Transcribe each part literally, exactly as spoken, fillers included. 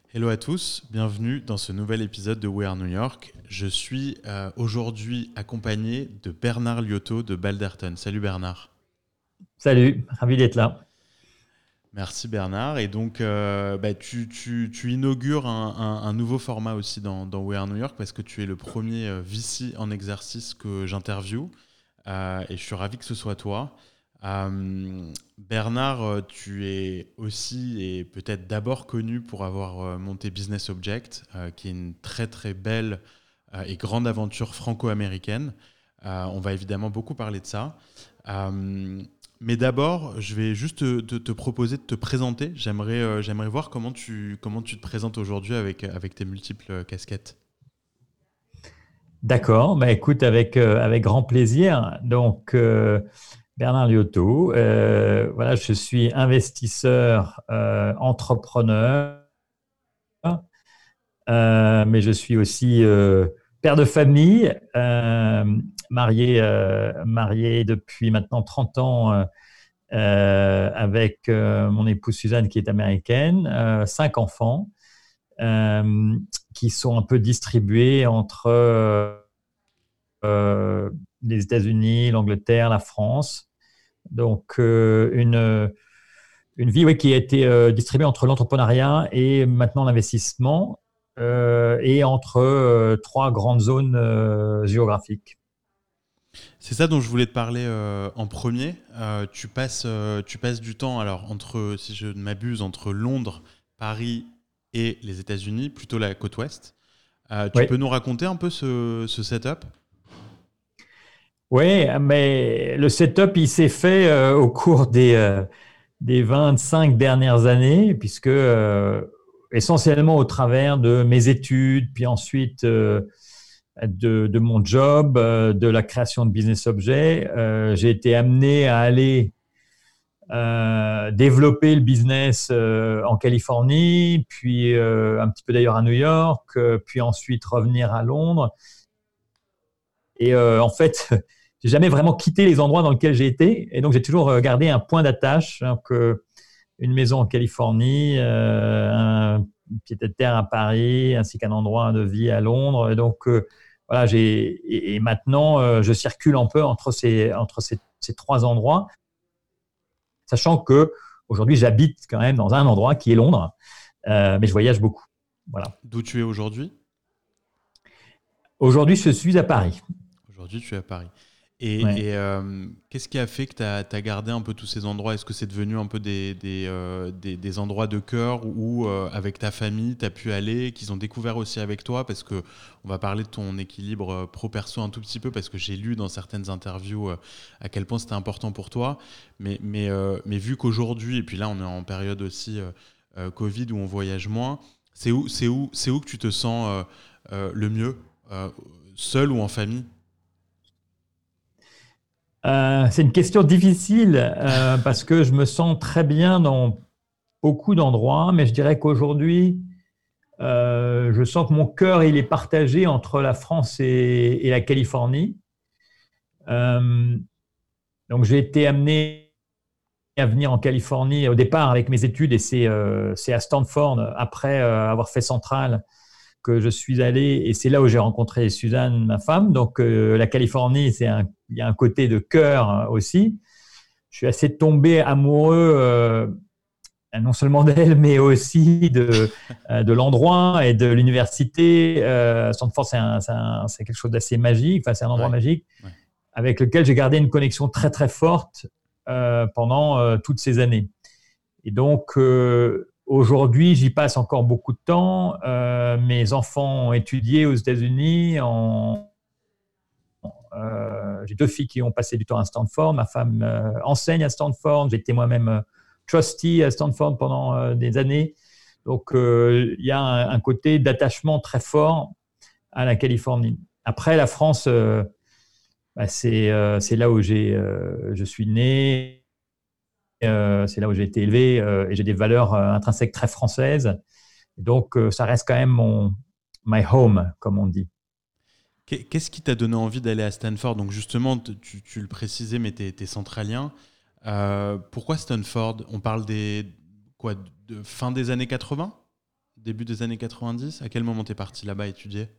Hello à tous, bienvenue dans ce nouvel épisode de We Are New York. Je suis euh, aujourd'hui accompagné de Bernard Liotto de Balderton. Salut Bernard. Salut, ravi d'être là. Merci Bernard. Et donc euh, bah, tu, tu- tu inaugures un, un- un nouveau format aussi dans, dans We Are New York parce que tu es le premier euh, V C en exercice que j'interviewe. Euh, et je suis ravi que ce soit toi. Euh, Bernard, euh, tu es aussi et peut-être d'abord connu pour avoir euh, monté Business Object, euh, qui est une très très belle euh, et grande aventure franco-américaine. Euh, on va évidemment beaucoup parler de ça. Euh, mais d'abord, je vais juste te, te- te proposer de te présenter. J'aimerais, euh, j'aimerais voir comment tu, comment tu te présentes aujourd'hui avec, avec tes multiples casquettes. D'accord, bah écoute, avec, euh, avec grand plaisir. Donc, euh, Bernard Liotto, euh, voilà, je suis investisseur, euh, entrepreneur, euh, mais je suis aussi euh, père de famille, euh, marié, euh, marié depuis maintenant trente ans euh, euh, avec euh, mon épouse Suzanne qui est américaine, euh, cinq enfants. euh, qui sont un peu distribués entre euh, euh, les États-Unis, l'Angleterre, la France. Donc, euh, une, une vie, oui, qui a été euh, distribuée entre l'entrepreneuriat et maintenant l'investissement, euh, et entre euh, trois grandes zones euh, géographiques. C'est ça dont je voulais te parler euh, en premier. Euh, tu passes, euh, tu passes du temps, alors entre, si je ne m'abuse, entre Londres, Paris et les États-Unis, plutôt la côte ouest. Euh, tu peux Oui, nous raconter un peu ce, ce setup? oui, mais le setup, il s'est fait euh, au cours des, euh, des vingt-cinq dernières années, puisque euh, essentiellement au travers de mes études, puis ensuite euh, de, de mon job, euh, de la création de business objets, euh, j'ai été amené à aller euh, développer le business euh, en Californie, puis euh, un petit peu d'ailleurs à New York, euh, puis ensuite revenir à Londres. Et euh, en fait, j'ai jamais vraiment quitté les endroits dans lesquels j'ai été, et donc j'ai toujours euh, gardé un point d'attache. Donc, euh, une maison en Californie, euh, un pied-à-terre à Paris, ainsi qu'un endroit de vie à Londres. Et donc, euh, voilà, j'ai, et, et maintenant, euh, je circule un peu entre ces, entre ces, ces trois endroits, sachant que aujourd'hui, j'habite quand même dans un endroit qui est Londres, euh, mais je voyage beaucoup. Voilà. D'où tu es aujourd'hui? Aujourd'hui, je suis à Paris. Aujourd'hui, tu es à Paris. Et, Ouais. et, euh, qu'est-ce qui a fait que tu as gardé un peu tous ces endroits? Est-ce que c'est devenu un peu des, des, euh, des- des endroits de cœur où, euh, avec ta famille, tu as pu aller, qu'ils ont découvert aussi avec toi? Parce que on va parler de ton équilibre euh, pro-perso un tout petit peu, parce que j'ai lu dans certaines interviews euh, à quel point c'était important pour toi. Mais, mais, euh, mais vu qu'aujourd'hui, et puis là, on est en période aussi euh, euh, Covid où on voyage moins, c'est où, c'est où, c'est où que tu te sens euh, euh, le mieux? Euh, seul ou en famille? Euh, c'est une question difficile euh, parce que je me sens très bien dans beaucoup d'endroits, mais je dirais qu'aujourd'hui, Euh, je sens que mon cœur, il est partagé entre la France et, et la Californie. Euh, donc, j'ai été amené à venir en Californie au départ avec mes études et c'est euh, c'est à Stanford, après euh, avoir fait Centrale, que je suis allé et c'est là où j'ai rencontré Suzanne, ma femme. Donc, euh, la Californie, c'est un, il y a un côté de cœur euh, aussi. Je suis assez tombé amoureux euh, non seulement d'elle, mais aussi de, euh, de l'endroit et de l'université. Euh, Stanford, c'est un, c'est un- c'est quelque chose d'assez magique, enfin, c'est un endroit Ouais, magique ouais. avec lequel j'ai gardé une connexion très, très forte euh, pendant euh, toutes ces années. Et donc, euh, aujourd'hui, j'y passe encore beaucoup de temps. Euh, mes enfants ont étudié aux États-Unis. En, euh, j'ai deux filles qui ont passé du temps à Stanford. Ma femme euh, enseigne à Stanford. J'étais moi-même euh, trustee à Stanford pendant euh, des années. Donc, euh, il y a un, un côté d'attachement très fort à la Californie. Après, la France, euh, bah, c'est euh, c'est là où j'ai, euh, je suis né, euh, c'est là où j'ai été élevé euh, et j'ai des valeurs euh, intrinsèques très françaises. Donc, euh, ça reste quand même mon my home, comme on dit. Qu'est- Qu'est-ce qui t'a donné envie d'aller à Stanford? Donc justement, t- tu, tu le précisais, mais t'es, t'es centralien. Euh, pourquoi Stanford? On parle des quoi, de fin des années quatre-vingts? début des années quatre-vingt-dix. À quel moment tu es parti là-bas étudier?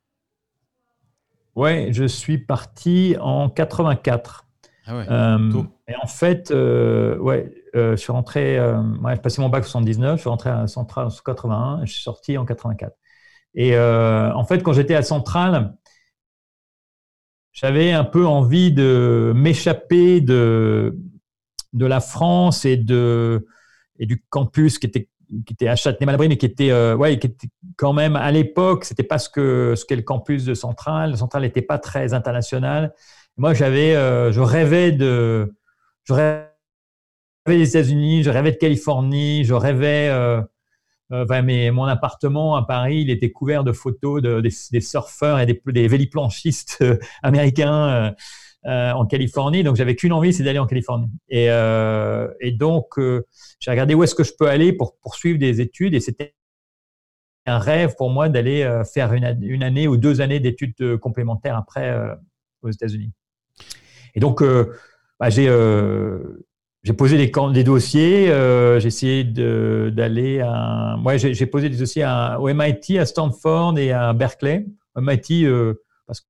Ouais, je suis parti en quatre-vingt-quatre. Ah ouais, Euh, tôt. et en fait, euh, ouais, euh, je suis rentré, euh, ouais, j'ai passé mon bac en soixante-dix-neuf, je suis rentré à Centrale en quatre-vingt-un, et je suis sorti en quatre-vingt-quatre. Et euh, en fait, quand j'étais à Centrale, j'avais un peu envie de m'échapper de, de la France et, de, et du campus qui était, qui était à Châtenay-Malabry, mais qui était, euh, ouais, qui était quand même, à l'époque, c'était pas ce que, ce qu'est le campus de Centrale. Centrale n'était pas très international. Moi, j'avais, euh, je rêvais de, je rêvais des États-Unis, je rêvais de Californie, je rêvais, euh, euh, enfin, mais mon appartement à Paris, il était couvert de photos de, des, des surfeurs et des, des véliplanchistes euh, américains euh, euh, en Californie. Donc, j'avais qu'une envie, c'est d'aller en Californie. Et, euh, et donc, euh, j'ai regardé où est-ce que je peux aller pour poursuivre des études. Et c'était un rêve pour moi d'aller euh, faire une, une année ou deux années d'études euh, complémentaires après euh, aux États-Unis. Et donc, euh, bah, j'ai euh, j'ai posé des, des dossiers, euh, j'ai essayé de, d'aller à... Ouais, j'ai, j'ai posé des dossiers à, au M I T, à Stanford et à Berkeley. Au M I T, euh, parce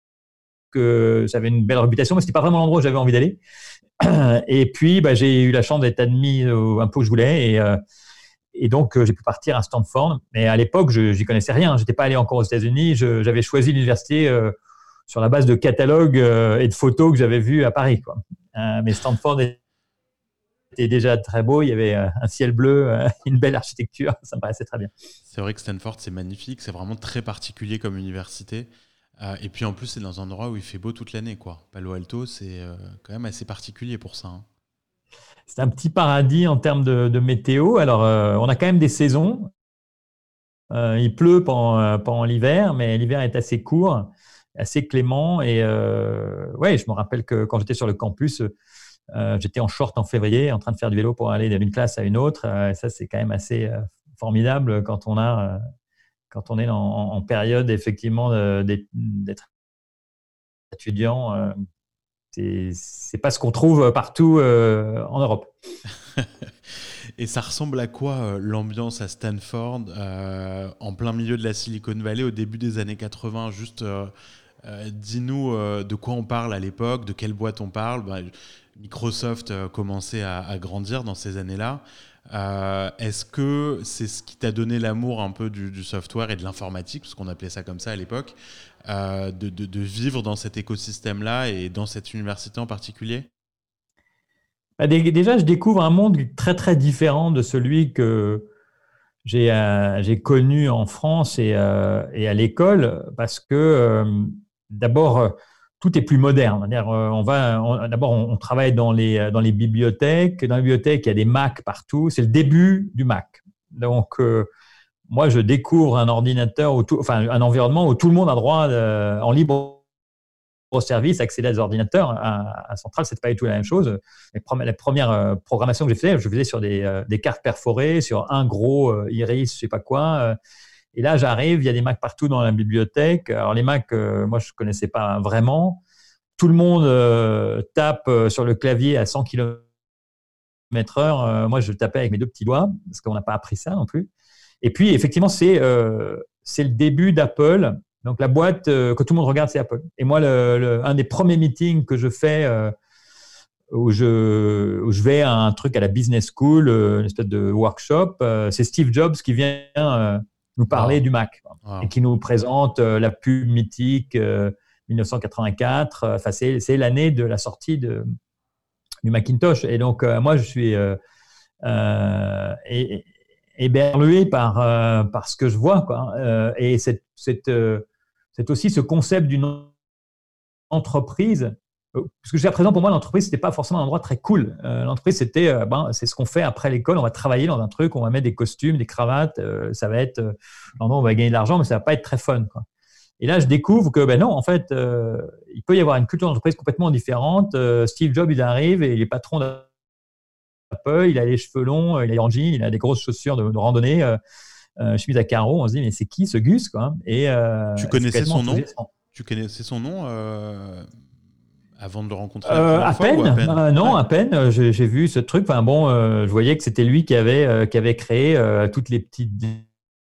que ça avait une belle réputation, mais ce n'était pas vraiment l'endroit où j'avais envie d'aller. Et puis, bah, j'ai eu la chance d'être admis au, un peu où je voulais. Et, euh, et donc, euh, j'ai pu partir à Stanford. Mais à l'époque, je n'y connaissais rien. Je n'étais pas allé encore aux États-Unis. Je, j'avais choisi l'université euh, sur la base de catalogues euh, et de photos que j'avais vues à Paris, quoi. Euh, mais Stanford était déjà très beau. Il y avait euh, un ciel bleu, euh, une belle architecture. Ça me paraissait très bien. C'est vrai que Stanford, c'est magnifique. C'est vraiment très particulier comme université. Euh, et puis en plus, c'est dans un endroit où il fait beau toute l'année, quoi. Palo Alto, c'est euh, quand même assez particulier pour ça, hein. C'est un petit paradis en termes de, de météo. Alors, euh, on a quand même des saisons. Euh, il pleut pendant, euh, pendant l'hiver, mais l'hiver est assez court, assez clément. Et euh, ouais, je me rappelle que quand j'étais sur le campus, euh, j'étais en short en février, en train de faire du vélo pour aller d'une classe à une autre. Euh, ça, c'est quand même assez euh, formidable quand on a, euh, quand on est en, en période effectivement de, d'être étudiant. Euh, c'est, c'est pas ce qu'on trouve partout euh, en Europe. Et ça ressemble à quoi euh, l'ambiance à Stanford, euh, en plein milieu de la Silicon Valley, au début des années quatre-vingts? Juste, euh, euh, dis-nous euh, de quoi on parle à l'époque, de quelle boîte on parle. Bah, Microsoft euh, commençait à, à grandir dans ces années-là. Euh, est-ce que c'est ce qui t'a donné l'amour un peu du, du software et de l'informatique, parce qu'on appelait ça comme ça à l'époque, euh, de, de, de vivre dans cet écosystème-là et dans cette université en particulier? Bah, déjà, je découvre un monde très très différent de celui que j'ai euh, j'ai connu en France et, euh, et à l'école, parce que euh, d'abord euh, tout est plus moderne. C'est-à-dire, euh, on va on- d'abord on, on travaille dans les dans les bibliothèques. Dans les bibliothèques, il y a des Mac partout. C'est le début du Mac. Donc euh, moi, je découvre un ordinateur, où tout- enfin un environnement où tout le monde a droit de- en libre au service, accéder à des ordinateurs. À, à Centrale, c'était pas du tout la même chose. Les premières, la première euh, programmation que j'ai fait, je faisais sur des, euh, des cartes perforées, sur un gros euh, Iris, je sais pas quoi. Euh, et là, j'arrive, il y a des Macs partout dans la bibliothèque. Alors les Macs, euh, moi, je connaissais pas vraiment. Tout le monde euh, tape euh, sur le clavier à cent kilomètres heure. Euh, moi, je tapais avec mes deux petits doigts, parce qu'on n'a pas appris ça non plus. Et puis, effectivement, c'est euh, c'est le début d'Apple. Donc, la boîte euh, que tout le monde regarde, c'est Apple. Et moi, le, le, un des premiers meetings que je fais, euh, où, je, où je vais à un truc à la business school, euh, une espèce de workshop, euh, c'est Steve Jobs qui vient euh, nous parler Wow. du Mac, Wow. et qui nous présente euh, la pub mythique euh, mille neuf cent quatre-vingt-quatre. Enfin, c'est, c'est l'année de la sortie de, du Macintosh. Et donc, euh, moi, je suis euh, euh, et, éberlué par, euh, par ce que je vois, quoi. Euh, et c'est, c'est, euh, c'est aussi ce concept d'une entreprise. Parce que jusqu'à présent, pour moi, l'entreprise, c'était pas forcément un endroit très cool. Euh, l'entreprise, c'était, euh, ben, c'est ce qu'on fait après l'école. On va travailler dans un truc, on va mettre des costumes, des cravates. Euh, ça va être, euh, l'endroit où on va gagner de l'argent, mais ça va pas être très fun, quoi. Et là, je découvre que, ben non, en fait, euh, il peut y avoir une culture d'entreprise complètement différente. Euh, Steve Jobs, il arrive et il est patron d'Apple, il a les cheveux longs, il est en jean, il a des grosses chaussures de, de randonnée, euh, euh, chemise à carreaux. On se dit, mais c'est qui ce Gus, quoi? Et euh, Tu c'est connaissais complètement son nom? enthousiasmant. Tu connaissais son nom euh, avant de le rencontrer la Euh, première à fois ou peine, à peine? euh, non, Ouais. à peine. euh, J'ai, j'ai vu ce truc. Enfin bon, euh, je voyais que c'était lui qui avait, euh, qui avait créé euh, toutes les petites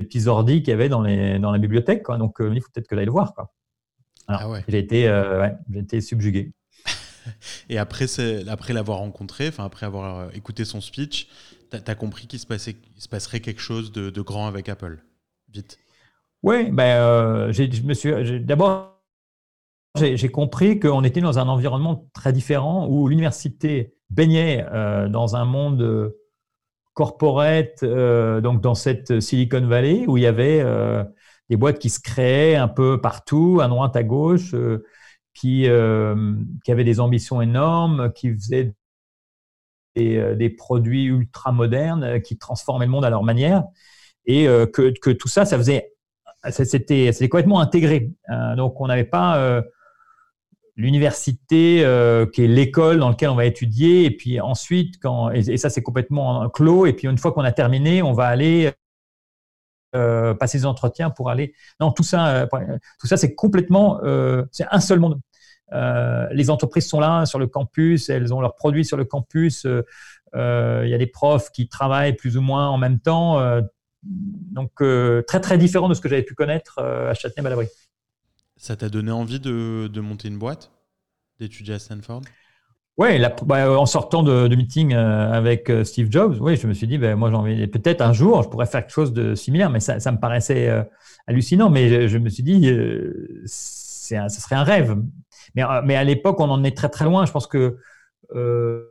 petits ordi qu'il y avait dans, les, dans la bibliothèque, quoi. Donc, euh, il faut peut-être que j'aille le voir, quoi. Alors, Ah ouais. j'ai été, euh, ouais, j'ai été subjugué. Et après, c'est, après l'avoir rencontré, enfin après avoir euh, écouté son speech, t'as, t'as compris qu'il se, passait, il se passerait quelque chose de, de grand avec Apple. Vite. Oui, ben, euh, j'ai, je me suis, j'ai- d'abord, j'ai, j'ai compris qu'on était dans un environnement très différent où l'université baignait euh, dans un monde euh, corporate, euh, donc dans cette Silicon Valley où il y avait euh, des boîtes qui se créaient un peu partout, à droite, à gauche, euh, qui, euh, qui avaient des ambitions énormes, qui faisaient des, euh, des produits ultra modernes, euh, qui transformaient le monde à leur manière, et euh, que, que tout ça, ça faisait, c'était, c'était complètement intégré. Euh, donc on n'avait pas euh, l'université euh, qui est l'école dans laquelle on va étudier, et puis ensuite, quand, et, et ça c'est complètement clos, et puis une fois qu'on a terminé, on va aller euh, passer des entretiens pour aller. Non, tout ça, euh, tout ça c'est complètement, euh, c'est un seul monde. Euh, les entreprises sont là sur le campus, elles ont leurs produits sur le campus. Il euh, y a des profs qui travaillent plus ou moins en même temps. Euh, donc euh, très très différent de ce que j'avais pu connaître euh, à Châtenay-Malabry. Ça t'a donné envie de, de monter une boîte, d'étudier à Stanford? Oui, bah, en sortant de, de meeting euh, avec euh, Steve Jobs, oui, je me suis dit, ben, moi, j'ai envie, peut-être un jour, je pourrais faire quelque chose de similaire, mais ça, ça me paraissait euh, hallucinant. Mais je, je me suis dit, euh, c'est un, ce serait un rêve. Mais, euh, mais à l'époque, on en est très très loin. Je pense que euh,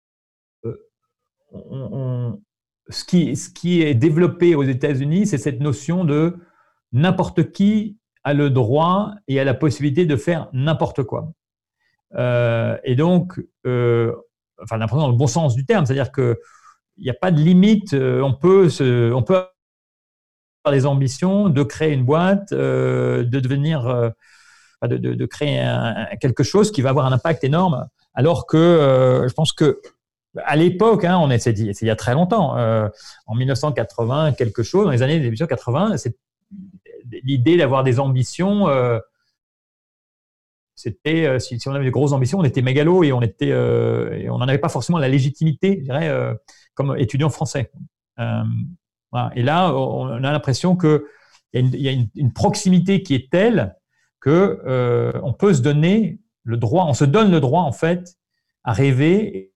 on, on, ce, qui, ce qui est développé aux États-Unis, c'est cette notion de n'importe qui a le droit et a la possibilité de faire n'importe quoi. Euh, et donc, euh, enfin, l'impression dans le bon sens du terme, c'est-à-dire qu'il n'y a pas de limite. Euh, on peut se, on peut avoir des ambitions de créer une boîte, euh, de devenir, euh, de, de, de créer un, quelque chose qui va avoir un impact énorme. Alors que euh, je pense que à l'époque, hein, on est, c'est, c'est il y a très longtemps, euh, en mille neuf cent quatre-vingts quelque chose, dans les années mille neuf cent quatre-vingts, c'est l'idée d'avoir des ambitions. Euh, C'était, euh, si, si on avait de grosses ambitions, on était mégalo et on était, euh, et on n'en avait pas forcément la légitimité, je dirais, euh, comme étudiant français. Euh, voilà. Et là, on a l'impression qu'il y a, une, il y a une, une proximité qui est telle que euh, on peut se donner le droit, on se donne le droit en fait à rêver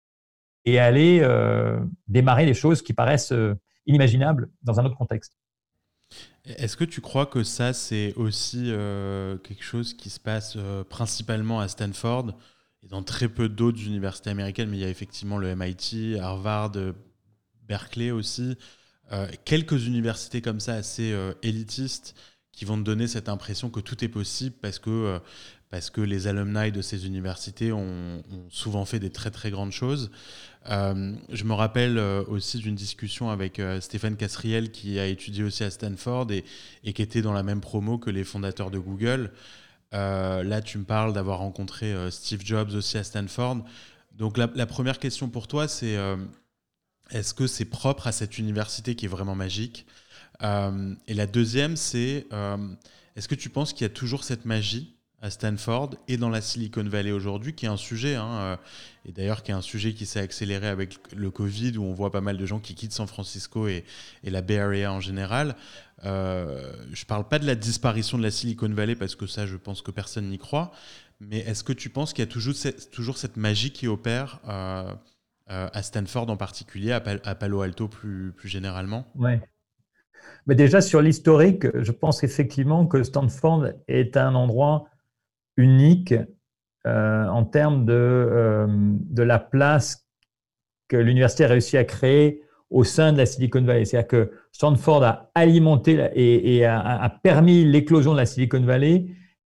et à aller euh, démarrer des choses qui paraissent euh, inimaginables dans un autre contexte. Est-ce que tu crois que ça, c'est aussi euh, quelque chose qui se passe euh, principalement à Stanford et dans très peu d'autres universités américaines, mais il y a effectivement le M I T, Harvard, euh, Berkeley aussi, euh, quelques universités comme ça assez euh, élitistes qui vont te donner cette impression que tout est possible parce que, euh, parce que les alumni de ces universités ont, ont souvent fait des très très grandes choses. Euh, je me rappelle euh, aussi d'une discussion avec euh, Stéphane Casriel qui a étudié aussi à Stanford et, et qui était dans la même promo que les fondateurs de Google. Euh, là, tu me parles d'avoir rencontré euh, Steve Jobs aussi à Stanford. Donc la, la première question pour toi, c'est euh, est-ce que c'est propre à cette université qui est vraiment magique? Euh, Et la deuxième, c'est euh, est-ce que tu penses qu'il y a toujours cette magie à Stanford et dans la Silicon Valley aujourd'hui, qui est un sujet, hein, euh, et d'ailleurs qui est un sujet qui s'est accéléré avec le Covid, où on voit pas mal de gens qui quittent San Francisco et, et la Bay Area en général. Euh, je parle pas de la disparition de la Silicon Valley, parce que ça, je pense que personne n'y croit, mais est-ce que tu penses qu'il y a toujours cette, toujours cette magie qui opère euh, euh, à Stanford en particulier, à, Pal- à Palo Alto plus, plus généralement? Ouais. Mais déjà sur l'historique, je pense effectivement que Stanford est un endroit unique euh, en termes de, euh, de la place que l'université a réussi à créer au sein de la Silicon Valley. C'est-à-dire que Stanford a alimenté et, et a, a, permis l'éclosion de la Silicon Valley.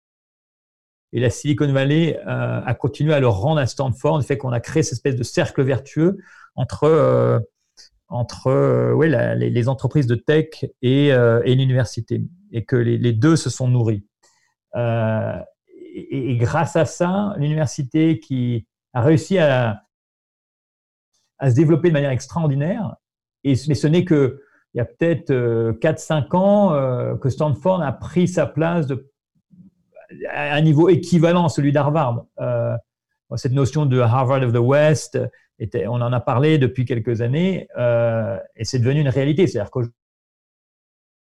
Et la Silicon Valley euh, a continué à le rendre à Stanford, le fait qu'on a créé cette espèce de cercle vertueux entre, euh, entre euh, ouais, la, les, les entreprises de tech et, euh, et l'université, et que les, les deux se sont nourris. Euh, et, et grâce à ça, l'université qui a réussi à, à se développer de manière extraordinaire, et, mais ce n'est que il y a peut-être euh, quatre cinq ans euh, que Stanford a pris sa place de, à un niveau équivalent à celui d'Harvard. Euh, cette notion de Harvard of the West, était, on en a parlé depuis quelques années, euh, et c'est devenu une réalité. C'est-à-dire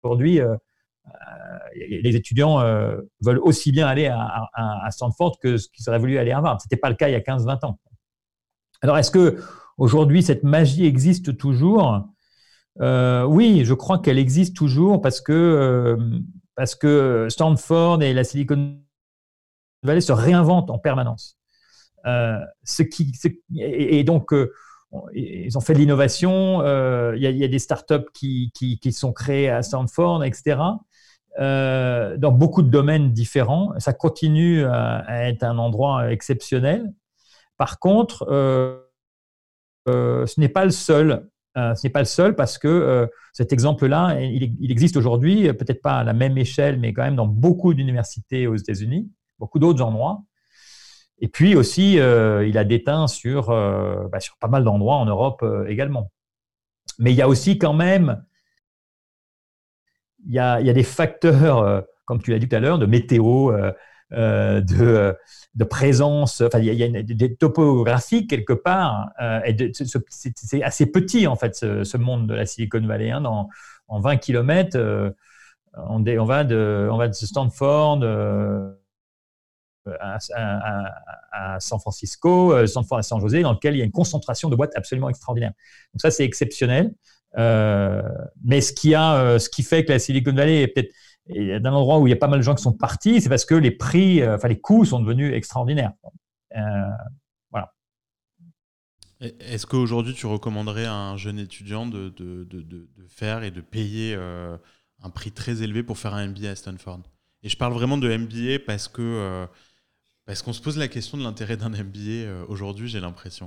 aujourd'hui, euh, les étudiants euh, veulent aussi bien aller à, à, à Stanford que ce qu'ils auraient voulu aller à Harvard. Ce n'était pas le cas il y a quinze vingt ans. Alors, est-ce qu'aujourd'hui, cette magie existe toujours ? euh, Oui, je crois qu'elle existe toujours parce que, euh, parce que Stanford et la Silicon Valley se réinventent en permanence. Euh, ce qui, ce, et, et donc, euh, ils ont fait de l'innovation. Euh, il y, y a des startups qui, qui, qui sont créées à Stanford, et cetera. Euh, dans beaucoup de domaines différents. Ça continue à, à être un endroit exceptionnel. Par contre, euh, euh, ce n'est pas le seul. Euh, ce n'est pas le seul parce que euh, cet exemple-là, il, il existe aujourd'hui, peut-être pas à la même échelle, mais quand même dans beaucoup d'universités aux États-Unis, beaucoup d'autres endroits. Et puis aussi, euh, il a déteint sur, euh, bah, sur pas mal d'endroits en Europe euh, également. Mais il y a aussi quand même, il y a, il y a des facteurs, euh, comme tu l'as dit tout à l'heure, de météo, euh, euh, de, de présence, enfin, il y a, il y a une, des topographies quelque part, euh, et de, ce, c'est, c'est assez petit en fait, ce, ce monde de la Silicon Valley. Hein, dans, en vingt kilomètres, euh, on, on, va de, on va de Stanford euh, à, à, à San Francisco, euh, Stanford à San José, dans lequel il y a une concentration de boîtes absolument extraordinaire. Donc ça, c'est exceptionnel. Euh, mais ce qui, a, euh, ce qui fait que la Silicon Valley est peut-être d'un endroit où il y a pas mal de gens qui sont partis, c'est parce que les prix, euh, enfin les coûts sont devenus extraordinaires. Euh, voilà. Est-ce qu'aujourd'hui, tu recommanderais à un jeune étudiant de, de, de, de faire et de payer euh, un prix très élevé pour faire un M B A à Stanford ? Et je parle vraiment de M B A parce que euh, parce qu'on se pose la question de l'intérêt d'un M B A euh, aujourd'hui, j'ai l'impression.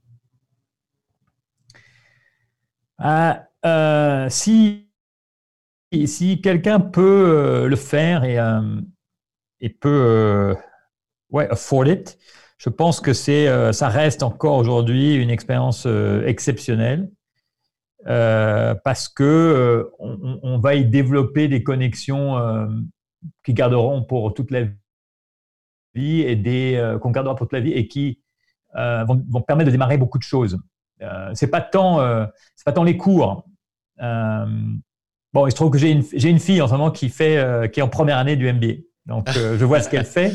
Ah, euh, si si quelqu'un peut euh, le faire et, euh, et peut euh, ouais, afford it, je pense que c'est, euh, ça reste encore aujourd'hui une expérience euh, exceptionnelle euh, parce que euh, on, on va y développer des connexions euh, qui garderont pour toute la vie et des euh, qu'on gardera pour toute la vie et qui euh, vont, vont permettre de démarrer beaucoup de choses. Euh, c'est pas tant, euh, c'est pas tant les cours. Euh, bon, il se trouve que j'ai une, j'ai une fille en ce moment qui fait, euh, qui est en première année du M B A. Donc, euh, je vois ce qu'elle fait.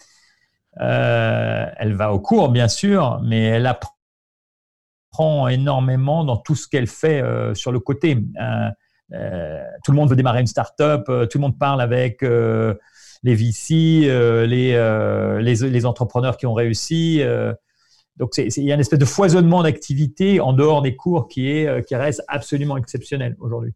Euh, elle va au cours, bien sûr, mais elle apprend énormément dans tout ce qu'elle fait euh, sur le côté. Euh, euh, tout le monde veut démarrer une start-up, euh, tout le monde parle avec euh, les V C, euh, les, euh, les, les entrepreneurs qui ont réussi. Euh, donc, c'est, c'est, il y a une espèce de foisonnement d'activités en dehors des cours qui, est, euh, qui reste absolument exceptionnel aujourd'hui.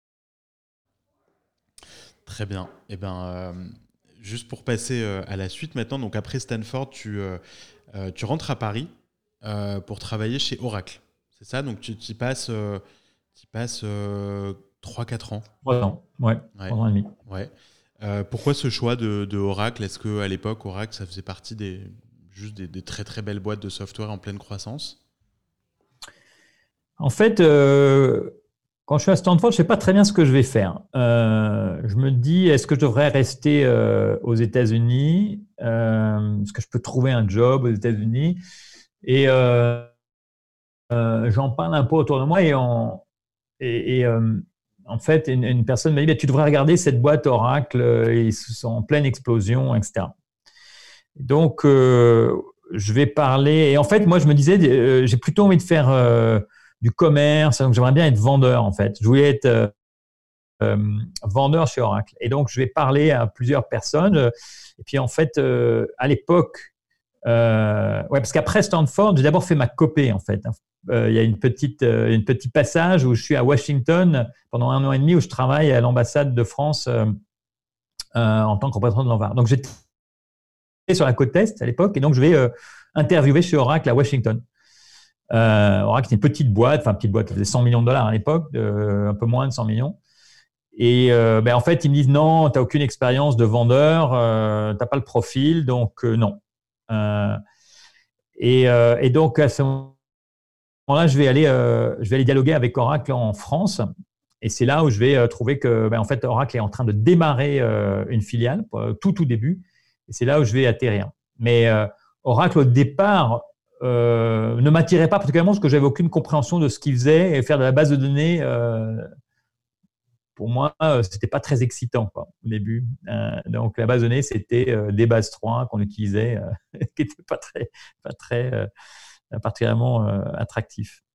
Très bien. Eh ben, euh, juste pour passer euh, à la suite maintenant, donc après Stanford, tu, euh, euh, tu rentres à Paris euh, pour travailler chez Oracle. C'est ça ? Donc tu y passes, euh, tu passes euh, trois quatre ans. Trois ans, ouais, Ouais. trois ans et demi. Ouais. Euh, pourquoi ce choix de, de Oracle ? Est-ce qu'à l'époque, Oracle, ça faisait partie des, juste des, des très très belles boîtes de software en pleine croissance ? En fait, euh, quand je suis à Stanford, je ne sais pas très bien ce que je vais faire. Euh, je me dis, est-ce que je devrais rester euh, aux États-Unis ? euh, Est-ce que je peux trouver un job aux États-Unis ? Et euh, euh, j'en parle un peu autour de moi et, on, et, et euh, en fait, une, une personne m'a dit, bah, tu devrais regarder cette boîte Oracle, euh, ils sont en pleine explosion, et cetera. Donc, euh, je vais parler. Et en fait, moi, je me disais, euh, j'ai plutôt envie de faire euh, du commerce. Donc, j'aimerais bien être vendeur, en fait. Je voulais être euh, euh, vendeur chez Oracle. Et donc, je vais parler à plusieurs personnes. Et puis, en fait, euh, à l'époque, euh, ouais, parce qu'après Stanford, j'ai d'abord fait ma copée, en fait. Euh, il y a une petite, euh, une petit passage où je suis à Washington pendant un an et demi où je travaille à l'ambassade de France euh, euh, en tant que représentant de l'Envar. Donc, j'étais sur la côte Est à l'époque, et donc je vais euh, interviewer chez Oracle à Washington. Euh, Oracle, c'est une petite boîte, enfin petite boîte, ça faisait cent millions de dollars à l'époque, euh, un peu moins de cent millions. Et euh, ben, en fait, ils me disent non, tu n'as aucune expérience de vendeur, euh, tu n'as pas le profil, donc euh, non. Euh, et, euh, et donc à ce moment-là, je vais aller, euh, je vais aller dialoguer avec Oracle en France. Et c'est là où je vais euh, trouver que ben, en fait, Oracle est en train de démarrer euh, une filiale, euh, tout tout début. Et c'est là où je vais atterrir. Mais euh, Oracle, au départ, euh, ne m'attirait pas particulièrement parce que j'avais aucune compréhension de ce qu'ils faisaient et faire de la base de données. Euh, pour moi, euh, c'était pas très excitant quoi, au début. Euh, donc la base de données, c'était euh, des bases trois qu'on utilisait, euh, qui n'étaient pas très, pas très euh, particulièrement euh, attractifs.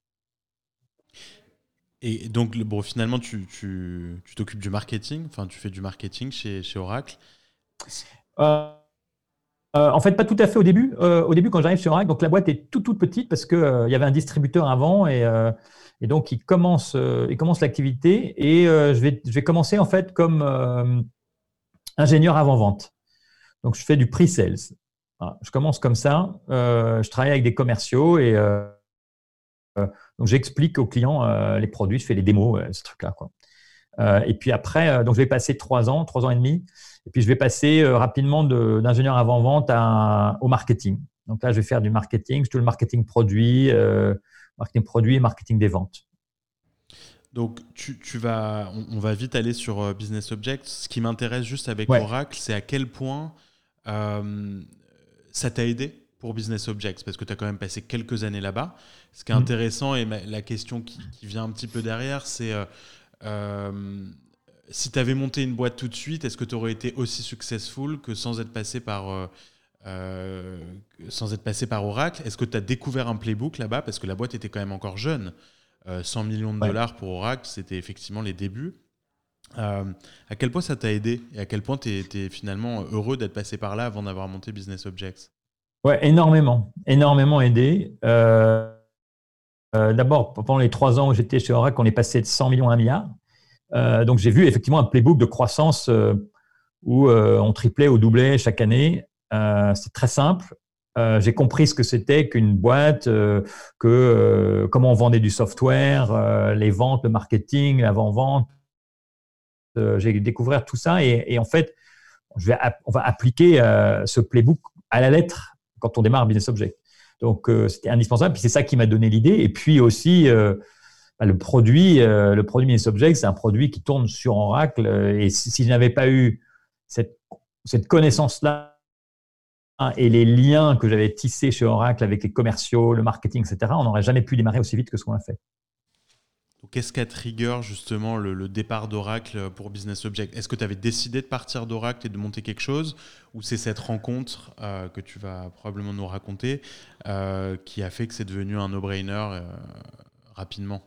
Et donc, le- bon, finalement, tu, tu, tu t'occupes du marketing, enfin, tu fais du marketing chez, chez Oracle. Euh, euh, en fait, pas tout à fait au début. Euh, au début, quand j'arrive sur Oracle, donc la boîte est toute toute petite parce que euh, il y avait un distributeur avant et, euh, et donc il commence, euh, il commence l'activité et euh, je vais, je vais commencer en fait comme euh, ingénieur avant-vente. Donc, je fais du pre-sales. Voilà, je commence comme ça. Euh, je travaille avec des commerciaux et euh, donc j'explique aux clients euh, les produits, je fais les démos, euh, ce truc-là, quoi. Euh, et puis après, euh, donc je vais passer trois ans, trois ans et demi. Et puis je vais passer euh, rapidement de- d'ingénieur avant-vente à- au marketing. Donc là, je vais faire du marketing, tout le marketing produit, euh, marketing produit et marketing des ventes. Donc, tu, tu vas, on, on va vite aller sur euh, Business Objects. Ce qui m'intéresse juste avec Ouais. Oracle, c'est à quel point euh, ça t'a aidé pour Business Objects, parce que tu as quand même passé quelques années là-bas. Ce qui est Mm. intéressant, et ma- la question qui, qui vient un petit peu derrière, c'est euh, euh, si tu avais monté une boîte tout de suite, est-ce que tu aurais été aussi successful que sans être passé par, euh, euh, sans être passé par Oracle? Est-ce que tu as découvert un playbook là-bas, parce que la boîte était quand même encore jeune? Euh, cent millions de Ouais. dollars pour Oracle, c'était effectivement les débuts. Euh, à quel point ça t'a aidé et à quel point tu es finalement heureux d'être passé par là avant d'avoir monté Business Objects? Ouais, énormément, énormément aidé. Euh, euh, D'abord, pendant les trois ans où j'étais chez Oracle, on est passé de cent millions à un milliard. Euh, donc j'ai vu effectivement un playbook de croissance euh, où euh, on triplait ou doublait chaque année. Euh, c'est très simple. Euh, j'ai compris ce que c'était qu'une boîte, euh, que euh, comment on vendait du software, euh, les ventes, le marketing, l'avant-vente. Euh, j'ai découvert tout ça et, et en fait, je vais, on va appliquer euh, ce playbook à la lettre quand on démarre Business Object. Donc euh, c'était indispensable. Puis c'est ça qui m'a donné l'idée. Et puis aussi euh, le produit, euh, le produit Business Object, c'est un produit qui tourne sur Oracle. Et si, si je n'avais pas eu cette, cette connaissance-là et les liens que j'avais tissés chez Oracle avec les commerciaux, le marketing, et cetera, on n'aurait jamais pu démarrer aussi vite que ce qu'on a fait. Donc, qu'est-ce qui a trigger justement le, le départ d'Oracle pour Business Object? Est-ce que tu avais décidé de partir d'Oracle et de monter quelque chose, ou c'est cette rencontre euh, que tu vas probablement nous raconter euh, qui a fait que c'est devenu un no-brainer euh, rapidement?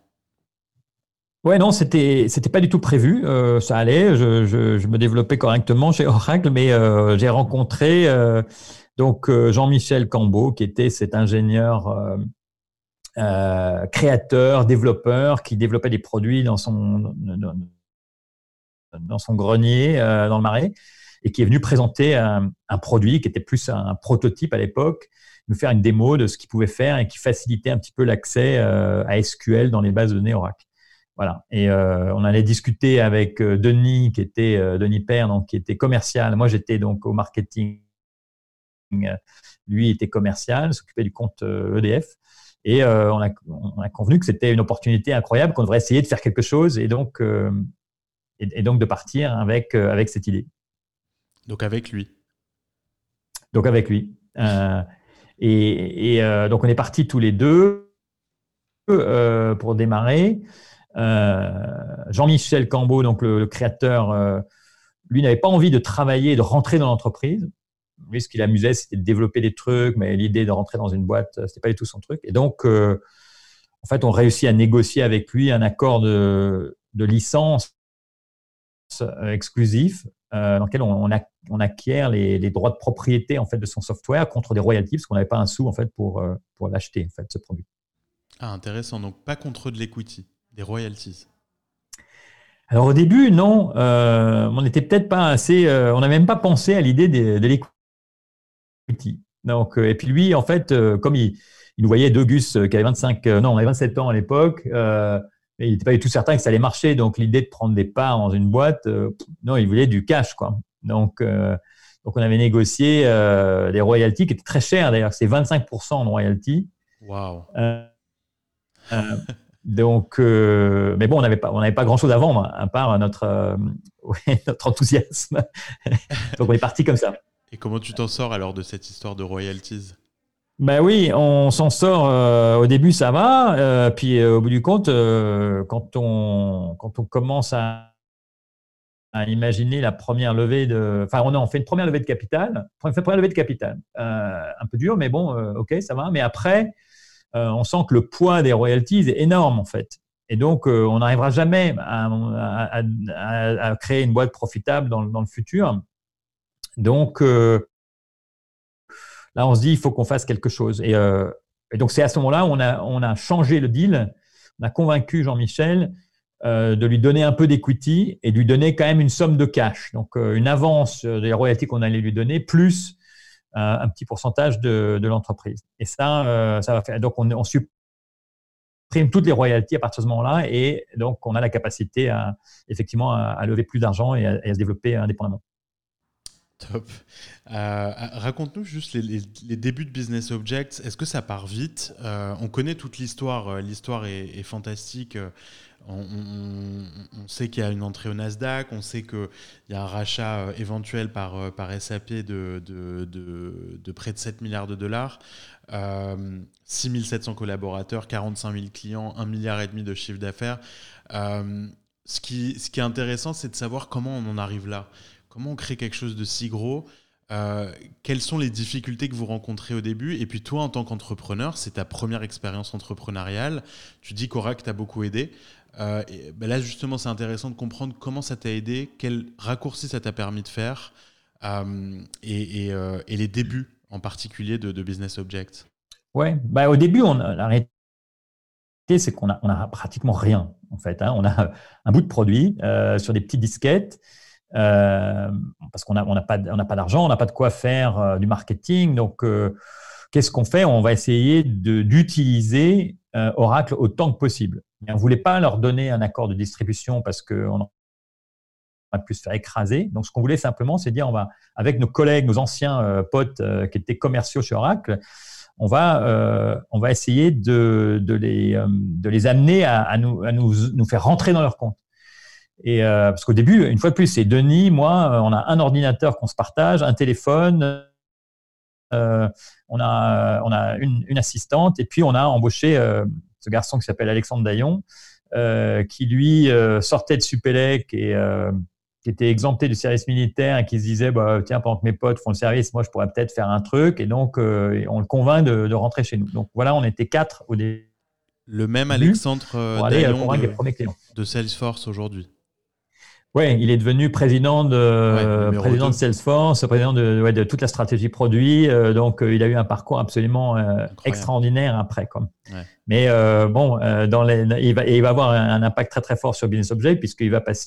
Ouais, non, c'était c'était pas du tout prévu. Euh, ça allait, je, je, je me développais correctement chez Oracle, mais euh, j'ai rencontré euh, donc euh, Jean-Michel Cambeau, qui était cet ingénieur euh, euh, créateur, développeur, qui développait des produits dans son dans, dans son grenier euh, dans le Marais, et qui est venu présenter un, un produit qui était plus un prototype à l'époque, nous faire une démo de ce qu'il pouvait faire et qui facilitait un petit peu l'accès euh, à S Q L dans les bases de données Oracle. Voilà. Et euh, on allait discuter avec euh, Denis, qui était euh, Denis Père, donc qui était commercial. Moi, j'étais donc au marketing. Lui était commercial, s'occupait du compte euh, E D F. Et euh, on, a, on a convenu que c'était une opportunité incroyable, qu'on devrait essayer de faire quelque chose et donc, euh, et, et donc de partir avec, euh, avec cette idée. Donc avec lui. Donc avec lui. Euh, et et euh, donc on est partis tous les deux euh, pour démarrer. Euh, Jean-Michel Cambeau, donc le, le créateur, euh, lui n'avait pas envie de travailler, de rentrer dans l'entreprise. Lui, ce qui l'amusait, c'était de développer des trucs, mais l'idée de rentrer dans une boîte, c'était pas du tout son truc. Et donc, euh, en fait, on réussit à négocier avec lui un accord de, de licence euh, exclusif euh, dans lequel on, on, a, on acquiert les, les droits de propriété en fait de son software contre des royalties parce qu'on n'avait pas un sou en fait pour euh, pour l'acheter en fait ce produit. Ah, intéressant. Donc pas contre de l'equity, des royalties. Alors au début, non, euh, on n'était peut-être pas assez, euh, on n'avait même pas pensé à l'idée de, de l'equity. Donc euh, et puis lui, en fait, euh, comme il, il nous voyait deux Gus euh, qui avait vingt-cinq, euh, non, on avait vingt-sept ans à l'époque. Euh, mais il n'était pas du tout certain que ça allait marcher. Donc, l'idée de prendre des parts dans une boîte, euh, non, il voulait du cash, quoi. Donc, euh, donc on avait négocié euh, des royalties qui étaient très chères, d'ailleurs. C'est vingt-cinq pour cent de royalties. Waouh. Euh, euh, donc, euh, mais bon, on n'avait pas, on n'avait pas grand-chose à vendre, à part notre, euh, ouais, notre enthousiasme. Donc, on est parti comme ça. Et comment tu t'en sors alors de cette histoire de royalties? Ben oui, on s'en sort. Euh, au début, ça va. Euh, puis, euh, au bout du compte, euh, quand on quand on commence à à imaginer la première levée de… Enfin, on a on fait une première levée de capital, on fait une première levée de capital, euh, un peu dur, mais bon, euh, ok, ça va. Mais après, euh, on sent que le poids des royalties est énorme, en fait. Et donc, euh, on n'arrivera jamais à, à, à, à, créer une boîte profitable dans, dans le futur. Donc, euh, là, on se dit, il faut qu'on fasse quelque chose. Et, euh, et donc, c'est à ce moment-là où on a, on a changé le deal. On a convaincu Jean-Michel euh, de lui donner un peu d'equity et de lui donner quand même une somme de cash. Donc, euh, une avance des royalties qu'on allait lui donner, plus euh, un petit pourcentage de, de l'entreprise. Et ça, euh, ça va faire… Donc, on, on supprime toutes les royalties à partir de ce moment-là. Et donc, on a la capacité à, effectivement, à, à lever plus d'argent et à, et à se développer indépendamment. Top. Euh, raconte-nous juste les, les, les débuts de Business Objects. Est-ce que ça part vite? euh, On connaît toute l'histoire. L'histoire est, est fantastique. On, on, on sait qu'il y a une entrée au Nasdaq. On sait qu'il y a un rachat éventuel par, par S A P de, de, de, de près de sept milliards de dollars. Euh, six mille sept cents collaborateurs, quarante-cinq mille clients, un milliard et demi de chiffre d'affaires. Euh, ce, qui, ce qui est intéressant, c'est de savoir comment on en arrive là. Comment on crée quelque chose de si gros? euh, Quelles sont les difficultés que vous rencontrez au début? Et puis toi, en tant qu'entrepreneur, c'est ta première expérience entrepreneuriale. Tu dis qu'Oracle t'a beaucoup aidé. Euh, et ben là, justement, c'est intéressant de comprendre comment ça t'a aidé, quel raccourci ça t'a permis de faire, euh, et, et, euh, et les débuts en particulier de, de Business Objects. Ouais, bah, au début, on a, la réalité, c'est qu'on a, on a pratiquement rien, en fait. Hein. On a un bout de produit euh, sur des petites disquettes. Euh, parce qu'on n'a on a pas, on n'a pas d'argent, on n'a pas de quoi faire euh, du marketing. Donc, euh, qu'est-ce qu'on fait? On va essayer de, d'utiliser euh, Oracle autant que possible. Et on ne voulait pas leur donner un accord de distribution parce qu'on aurait pu se faire écraser. Donc, ce qu'on voulait simplement, c'est dire, on va, avec nos collègues, nos anciens euh, potes euh, qui étaient commerciaux chez Oracle, on va, euh, on va essayer de, de, les, euh, de les amener à, à, nous, à nous, nous faire rentrer dans leur compte. Et euh, parce qu'au début, une fois de plus, c'est Denis, moi, on a un ordinateur qu'on se partage, un téléphone, euh, on a, on a une, une assistante, et puis on a embauché euh, ce garçon qui s'appelle Alexandre Daillon, euh, qui lui euh, sortait de Supélec et euh, qui était exempté du service militaire et qui se disait, bah, tiens, pendant que mes potes font le service, moi, je pourrais peut-être faire un truc. Et donc, euh, on le convainc de, de rentrer chez nous. Donc voilà, on était quatre au début. Le même Alexandre pour aller Daillon convaincre de, les premiers clients. de Salesforce aujourd'hui. Oui, il est devenu président de, ouais, président de Salesforce, président de, ouais, de toute la stratégie produit. Euh, donc, euh, il a eu un parcours absolument euh, extraordinaire après. Quoi. Ouais. Mais euh, bon, euh, dans les, il, va, et il va avoir un, un impact très, très fort sur Business Objects puisqu'il va passer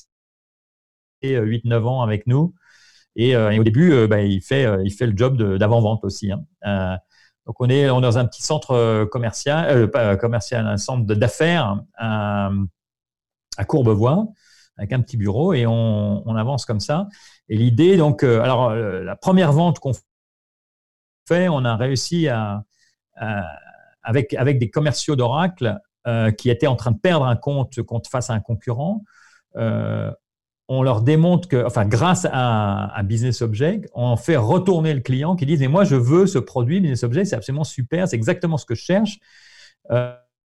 huit neuf ans avec nous. Et, euh, et au début, euh, bah, il, fait, euh, il fait le job de, d'avant-vente aussi. Hein. Euh, donc, on est, on est dans un petit centre commercial, euh, pas commercial, un centre d'affaires à, à Courbevoie, avec un petit bureau, et on, on avance comme ça. Et l'idée, donc, euh, alors, euh, la première vente qu'on fait, on a réussi à, à avec, avec des commerciaux d'Oracle euh, qui étaient en train de perdre un compte, compte face à un concurrent. Euh, on leur démontre que, enfin, grâce à, à Business Object, on fait retourner le client qui dit, mais moi, je veux ce produit Business Object, c'est absolument super, c'est exactement ce que je cherche. Euh,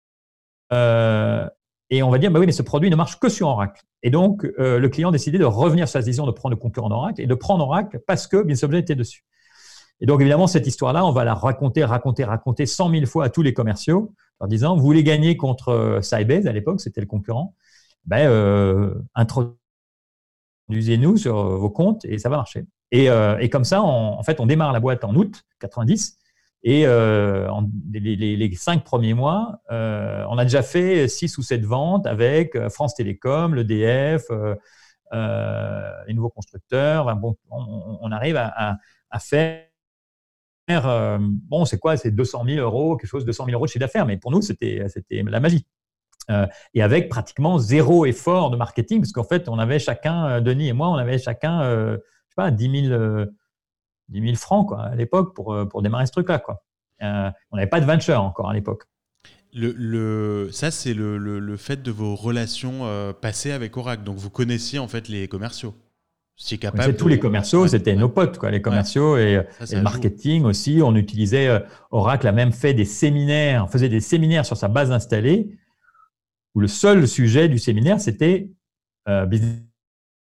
euh, Et on va dire, bah oui, mais ce produit ne marche que sur Oracle. Et donc, euh, le client a décidé de revenir sur sa décision de prendre le concurrent d'Oracle et de prendre Oracle parce que Business Object était dessus. Et donc, évidemment, cette histoire-là, on va la raconter, raconter, raconter cent mille fois à tous les commerciaux en disant, vous voulez gagner contre Sybase, à l'époque, c'était le concurrent, ben, euh, introduisez-nous sur vos comptes et ça va marcher. Et, euh, et comme ça, on, en fait, on démarre la boîte en août quatre-vingt-dix. Et euh, en, les, les, les cinq premiers mois, euh, on a déjà fait six ou sept ventes avec France Télécom, l'E D F, euh, euh, les nouveaux constructeurs. Enfin, bon, on, on arrive à, à, à faire, euh, bon, c'est quoi? C'est deux cent mille euros, quelque chose, deux cent mille euros de chiffre d'affaires. Mais pour nous, c'était, c'était la magie. Euh, et avec pratiquement zéro effort de marketing, parce qu'en fait, on avait chacun, Denis et moi, on avait chacun, euh, je sais pas, dix mille. Euh, dix mille francs quoi, à l'époque pour, pour démarrer ce truc-là. Quoi. Euh, on n'avait pas de venture encore à l'époque. Le, le, ça, c'est le, le, le fait de vos relations euh, passées avec Oracle. Donc, vous connaissiez en fait les commerciaux. C'est capable. De... tous les commerciaux, ouais, c'était ouais. nos potes, quoi, les commerciaux ouais. et, ça, ça et le marketing joue. Aussi. On utilisait, euh, Oracle a même fait des séminaires, on faisait des séminaires sur sa base installée où le seul sujet du séminaire, c'était euh, business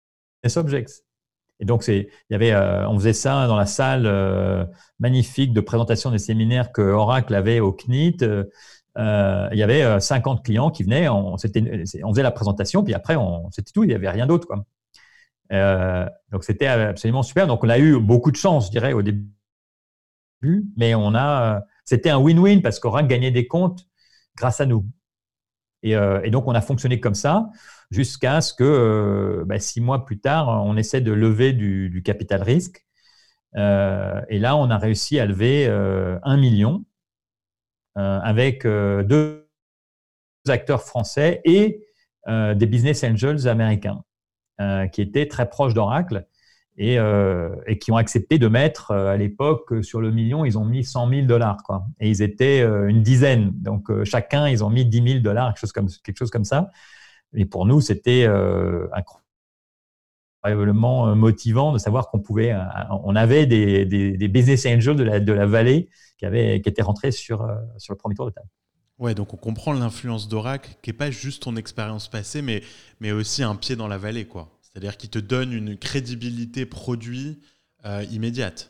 Objects. Et donc, c'est, il y avait, euh, on faisait ça dans la salle euh, magnifique de présentation des séminaires que Oracle avait au C N I T. Euh, il y avait euh, cinquante clients qui venaient, on, c'était, on faisait la présentation, puis après, on, c'était tout, il n'y avait rien d'autre, quoi. Euh, donc, c'était absolument super. Donc, on a eu beaucoup de chance, je dirais, au début, mais on a, c'était un win-win parce qu'Oracle gagnait des comptes grâce à nous. Et, euh, et donc, on a fonctionné comme ça jusqu'à ce que, euh, bah, six mois plus tard, on essaie de lever du, du capital risque. Euh, et là, on a réussi à lever euh, un million euh, avec euh, deux acteurs français et euh, des business angels américains euh, qui étaient très proches d'Oracle et, euh, et qui ont accepté de mettre, euh, à l'époque, sur le million, ils ont mis cent mille dollars, quoi. Et ils étaient euh, une dizaine. Donc, euh, chacun, ils ont mis dix mille dollars, quelque chose comme, quelque chose comme ça. Et pour nous, c'était euh, incroyablement motivant de savoir qu'on pouvait, euh, on avait des, des, des business angels de la, de la vallée qui, avaient, qui étaient rentrés sur, euh, sur le premier tour de table. Ouais, donc on comprend l'influence d'Oracle, qui n'est pas juste ton expérience passée, mais, mais aussi un pied dans la vallée, quoi. C'est-à-dire qu'il te donne une crédibilité produit euh, immédiate.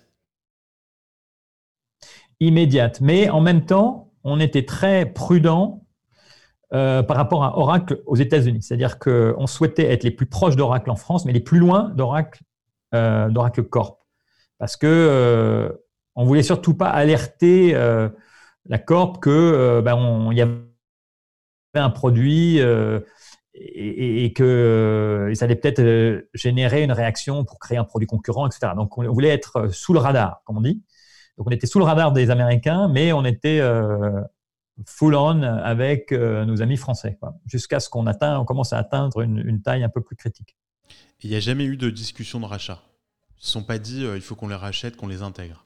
Immédiate. Mais en même temps, on était très prudent euh, par rapport à Oracle aux États-Unis. C'est-à-dire qu'on souhaitait être les plus proches d'Oracle en France, mais les plus loin d'Oracle, euh, d'Oracle Corp. Parce que euh, on voulait surtout pas alerter euh, la Corp que euh, ben, on, y avait un produit euh, et, et que et ça allait peut-être euh, générer une réaction pour créer un produit concurrent, et cetera. Donc, on voulait être sous le radar, comme on dit. Donc, on était sous le radar des Américains, mais on était euh, full on avec euh, nos amis français, quoi, jusqu'à ce qu'on atteint, on commence à atteindre une, une taille un peu plus critique. Il n'y a jamais eu de discussion de rachat. Ils ne se sont pas dit euh, il faut qu'on les rachète, qu'on les intègre.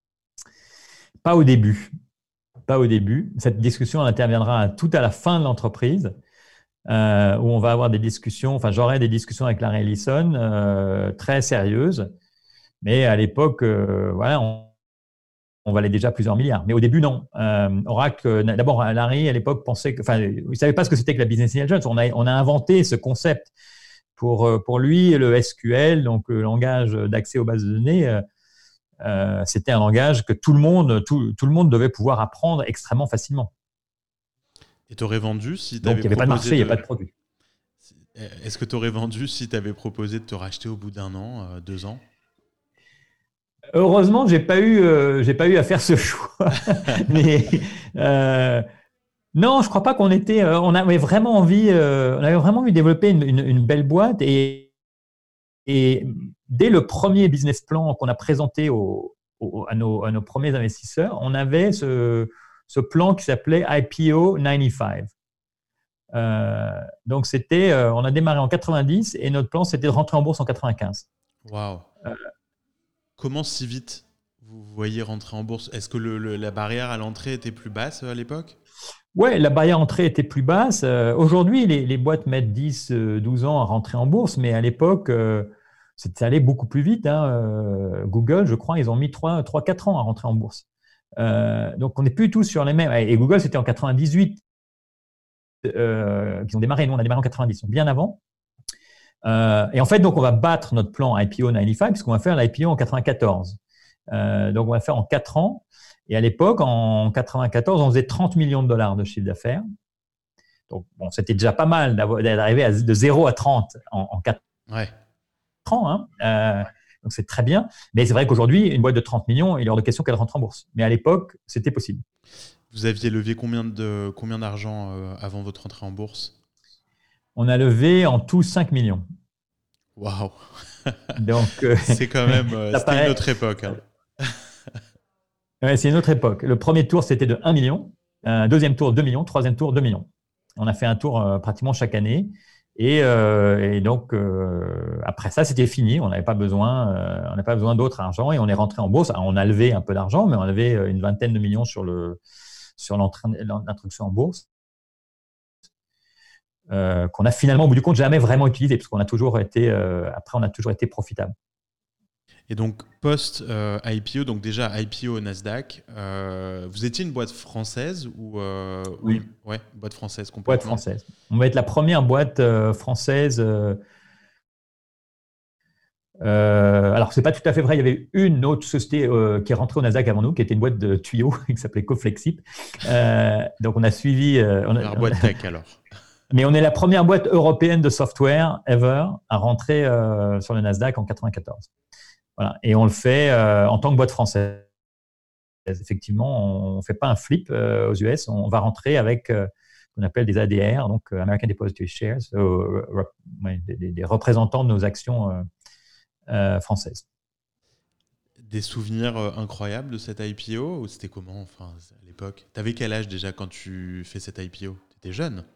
Pas au début. Pas au début. Cette discussion elle interviendra tout à la fin de l'entreprise, euh, où on va avoir des discussions, enfin j'aurai des discussions avec Larry Ellison euh, très sérieuses, mais à l'époque, euh, voilà, on, on valait déjà plusieurs milliards. Mais au début, non. Euh, Oracle, d'abord, Larry, à l'époque, pensait que, enfin, il ne savait pas ce que c'était que la business intelligence. On a, on a inventé ce concept. Pour, pour lui, le S Q L, donc le langage d'accès aux bases de données, euh, euh, c'était un langage que tout le monde, tout, tout le monde devait pouvoir apprendre extrêmement facilement. Et tu aurais vendu si tu Donc, avais il n'y avait pas de marché, il n'y avait pas de produit. Est-ce que tu aurais vendu si tu avais proposé de te racheter au bout d'un an, euh, deux ans? Heureusement, j'ai pas eu, euh, j'ai pas eu à faire ce choix. Mais euh, non, je crois pas qu'on était. Euh, on avait vraiment envie, euh, on avait vraiment envie de développer une, une, une belle boîte et, et dès le premier business plan qu'on a présenté au, au, à, nos, à nos premiers investisseurs, on avait ce, ce plan qui s'appelait I P O quatre-vingt-quinze. Euh, donc c'était, euh, on a démarré en quatre-vingt-dix et notre plan c'était de rentrer en bourse en quatre-vingt-quinze. Waouh. Euh, Comment si vite vous voyez rentrer en bourse? Est-ce que le, le, la barrière à l'entrée était plus basse à l'époque? Ouais, la barrière à l'entrée était plus basse. Euh, aujourd'hui, les, les boîtes mettent dix, douze ans à rentrer en bourse, mais à l'époque, euh, ça allait beaucoup plus vite. Hein. Euh, Google, je crois, ils ont mis trois, quatre ans à rentrer en bourse. Euh, donc, on n'est plus tous sur les mêmes. Et Google, c'était en quatre-vingt-dix-huit euh, qu'ils ont démarré. Nous, on a démarré en quatre-vingt-dix, donc bien avant. Euh, et en fait, donc, on va battre notre plan I P O quatre-vingt-quinze puisqu'on va faire l'I P O en quatre-vingt-quatorze. Euh, donc, on va faire en quatre ans. Et à l'époque, en quatre-vingt-quatorze, on faisait trente millions de dollars de chiffre d'affaires. Donc, bon, c'était déjà pas mal d'arriver de zéro à trente en, en quatre ouais. ans. Hein. Euh, donc, c'est très bien. Mais c'est vrai qu'aujourd'hui, une boîte de trente millions, il est hors de question qu'elle rentre en bourse. Mais à l'époque, c'était possible. Vous aviez levé combien de, combien d'argent euh, avant votre entrée en bourse? On a levé en tout cinq millions. Waouh. Donc, euh, c'est quand même euh, c'était paraît... une autre époque. Hein. Ouais, c'est une autre époque. Le premier tour, c'était de un million. Euh, deuxième tour, deux millions. Troisième tour, deux millions. On a fait un tour euh, pratiquement chaque année. Et, euh, et donc, euh, après ça, c'était fini. On n'avait pas besoin, euh, on n'avait pas besoin d'autre argent et on est rentré en bourse. Alors, on a levé un peu d'argent, mais on avait une vingtaine de millions sur, le, sur l'introduction en bourse. Euh, qu'on a finalement, au bout du compte, jamais vraiment utilisé, parce qu'on a toujours été, euh, après, on a toujours été profitable. Et donc, post-I P O, euh, donc déjà I P O au Nasdaq, euh, vous étiez une boîte française ou euh, Oui, ou, ouais, boîte française complètement. Boîte française. On va être la première boîte euh, française euh, Euh, alors, c'est pas tout à fait vrai. Il y avait une autre société euh, qui est rentrée au Nasdaq avant nous, qui était une boîte de tuyaux qui s'appelait Coflexip. Euh, donc, on a suivi. Euh, on a, Première on boîte a, tech alors. mais on est la première boîte européenne de software ever à rentrer euh, sur le Nasdaq en quatre-vingt-quatorze. Voilà. Et on le fait euh, en tant que boîte française. Effectivement, on ne fait pas un flip euh, aux U S. On va rentrer avec euh, ce qu'on appelle des A D R, donc euh, American Depository Shares, euh, ouais, des, des, représentants de nos actions euh, euh, françaises. Des souvenirs euh, incroyables de cette I P O ou c'était comment enfin, à l'époque? Tu avais quel âge déjà quand tu fais cette I P O? Tu étais jeune?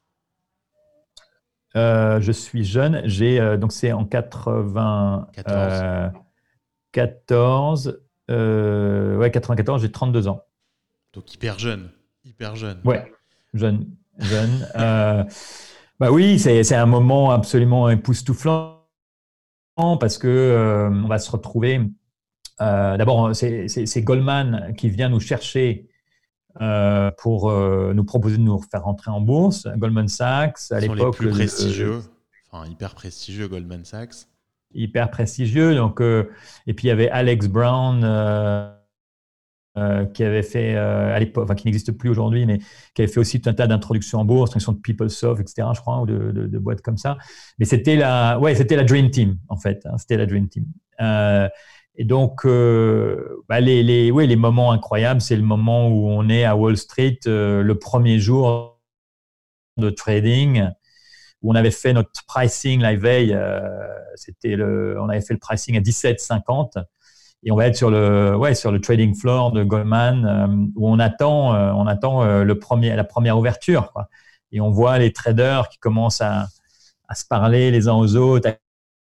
Euh, je suis jeune. J'ai euh, donc c'est en quatorze. quatre-vingt-quatorze. Euh, ouais, quatre-vingt-quatorze. J'ai trente-deux ans. Donc hyper jeune. Hyper jeune. Ouais, jeune, jeune. euh, bah oui, c'est c'est un moment absolument époustouflant parce que euh, on va se retrouver. Euh, D'abord, c'est c'est- c'est Goldman qui vient nous chercher euh, pour euh, nous proposer de nous faire rentrer en bourse. Goldman Sachs, à Ils sont les l'époque, plus le, le- prestigieux. Enfin, hyper prestigieux, Goldman Sachs. hyper prestigieux. Donc, euh, et puis il y avait Alex Brown euh, euh, qui avait fait euh, à l'époque, enfin qui n'existe plus aujourd'hui, mais qui avait fait aussi tout un tas d'introductions en bourse, introduction de PeopleSoft, et cetera. Je crois, ou de, de, de boîtes comme ça. Mais c'était la, ouais, c'était la Dream Team en fait. Hein, c'était la Dream Team. Euh, et donc, euh, bah les, les, ouais, les moments incroyables, c'est le moment où on est à Wall Street, euh, le premier jour de trading, où on avait fait notre pricing la veille. Euh, c'était le, on avait fait le pricing à dix-sept cinquante. Et on va être sur le, ouais, sur le trading floor de Goldman euh, où on attend, euh, on attend euh, le premier, la première ouverture, quoi. Et on voit les traders qui commencent à, à se parler les uns aux autres, à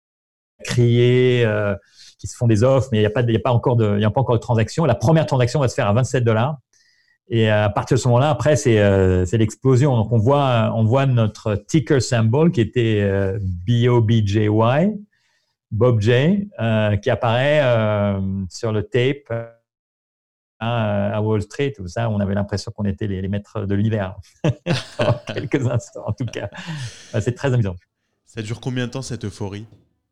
crier, euh, qui se font des offres, mais il n'y a pas, il y a pas encore de, il y a pas encore de transaction. La première transaction va se faire à vingt-sept dollars. Et à partir de ce moment-là, après, c'est euh, c'est l'explosion. Donc, on voit, on voit notre ticker symbol qui était euh, B O B J Y, Bob J, euh, qui apparaît euh, sur le tape euh, à Wall Street. Tout ça, on avait l'impression qu'on était les, les maîtres de l'hiver pendant quelques instants, en tout cas. C'est très amusant. Ça dure combien de temps cette euphorie?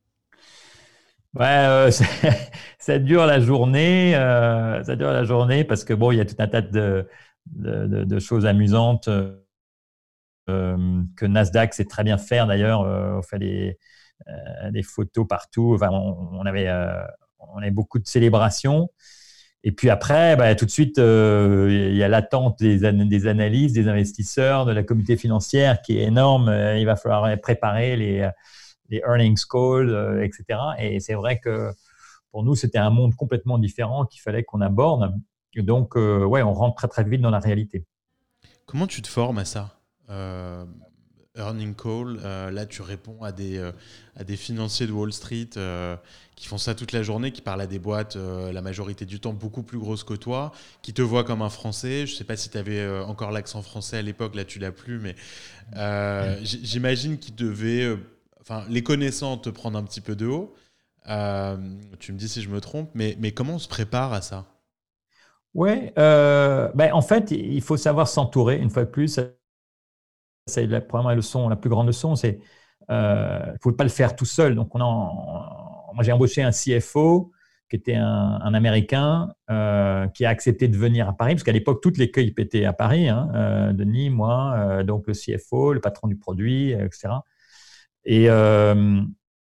Ouais, euh, ça dure la journée. Euh, ça dure la journée parce que bon, il y a tout un tas de, de, de, de choses amusantes euh, que Nasdaq sait très bien faire. D'ailleurs, euh, on fait des, euh, des photos partout. Enfin, on, on avait, euh, on avait beaucoup de célébrations. Et puis après, bah, tout de suite, euh, il y a l'attente des, des analyses, des investisseurs, de la communauté financière qui est énorme. Il va falloir préparer les, les earnings calls, euh, et cetera. Et c'est vrai que pour nous, c'était un monde complètement différent qu'il fallait qu'on aborde. Et donc, euh, ouais, on rentre très très vite dans la réalité. Comment tu te formes à ça? euh, Earning call, euh, là tu réponds à des, euh, à des financiers de Wall Street euh, qui font ça toute la journée, qui parlent à des boîtes euh, la majorité du temps beaucoup plus grosses que toi, qui te voient comme un Français. Je ne sais pas si tu avais euh, encore l'accent français à l'époque, là tu l'as plus, mais euh, j'imagine qu'ils devaient, euh, enfin les connaissants, te prendre un petit peu de haut. Euh, tu me dis si je me trompe, mais, mais comment on se prépare à ça? Ouais, euh, ben, en fait, il faut savoir s'entourer, une fois de plus. C'est la première leçon, la plus grande leçon, c'est euh, il ne faut pas le faire tout seul. Donc, on a, on, moi, j'ai embauché un C F O qui était un, un Américain euh, qui a accepté de venir à Paris, parce qu'à l'époque, toute l'équipe était à Paris, hein, euh, Denis, moi, euh, donc le C F O, le patron du produit, et cetera. Et, euh,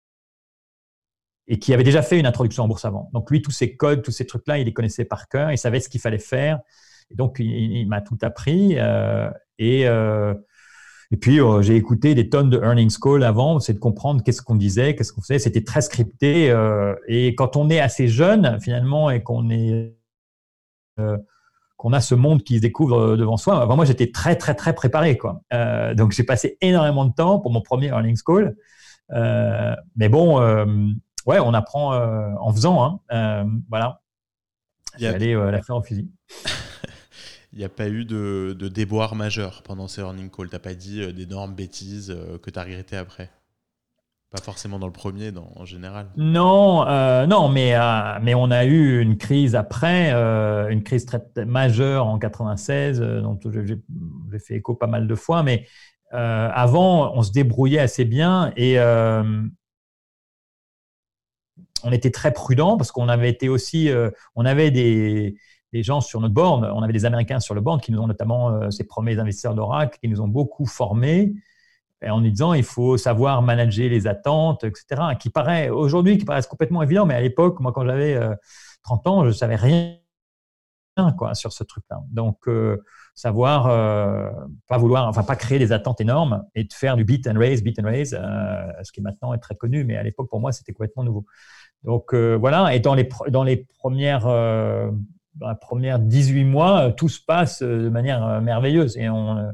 et qui avait déjà fait une introduction en bourse avant. Donc, lui, tous ces codes, tous ces trucs-là, il les connaissait par cœur, il savait ce qu'il fallait faire. Et donc, il, il m'a tout appris. Euh, et, euh, et puis, euh, j'ai écouté des tonnes de earnings call avant, c'est de comprendre qu'est-ce qu'on disait, qu'est-ce qu'on faisait. C'était très scripté. Euh, et quand on est assez jeune, finalement, et qu'on est euh, qu'on a ce monde qui se découvre devant soi. Enfin, moi, j'étais très, très, très préparé, quoi. Euh, donc, j'ai passé énormément de temps pour mon premier earnings call. Euh, mais bon, euh, ouais, on apprend euh, en faisant. Hein. Euh, voilà. Il y J'ai a, allé euh, la faire en fusil. il n'y a pas eu de, de déboire majeur pendant ces earning calls. Tu n'as pas dit euh, d'énormes bêtises euh, que tu as regrettées après. Pas forcément dans le premier, dans, en général. Non, euh, non, mais, euh, mais on a eu une crise après, euh, une crise très majeure en quatre-vingt-seize, euh, dont j'ai j'ai fait écho pas mal de fois. Mais euh, avant, on se débrouillait assez bien et, euh, on était très prudent parce qu'on avait été aussi, euh, on avait des, des gens sur notre board, on avait des Américains sur le board qui nous ont notamment, euh, ces premiers investisseurs d'Oracle, qui nous ont beaucoup formés en nous disant il faut savoir manager les attentes, et cetera. Qui paraît aujourd'hui, qui paraissent complètement évident, mais à l'époque, moi quand j'avais euh, trente ans, je ne savais rien quoi, sur ce truc-là. Donc, euh, savoir euh, pas vouloir, enfin pas créer des attentes énormes et de faire du beat and raise, beat and raise, euh, ce qui maintenant est très connu, mais à l'époque pour moi c'était complètement nouveau. Donc euh, voilà, et dans les dans les premières euh, dans la première dix-huit mois, tout se passe de manière euh, merveilleuse et on euh,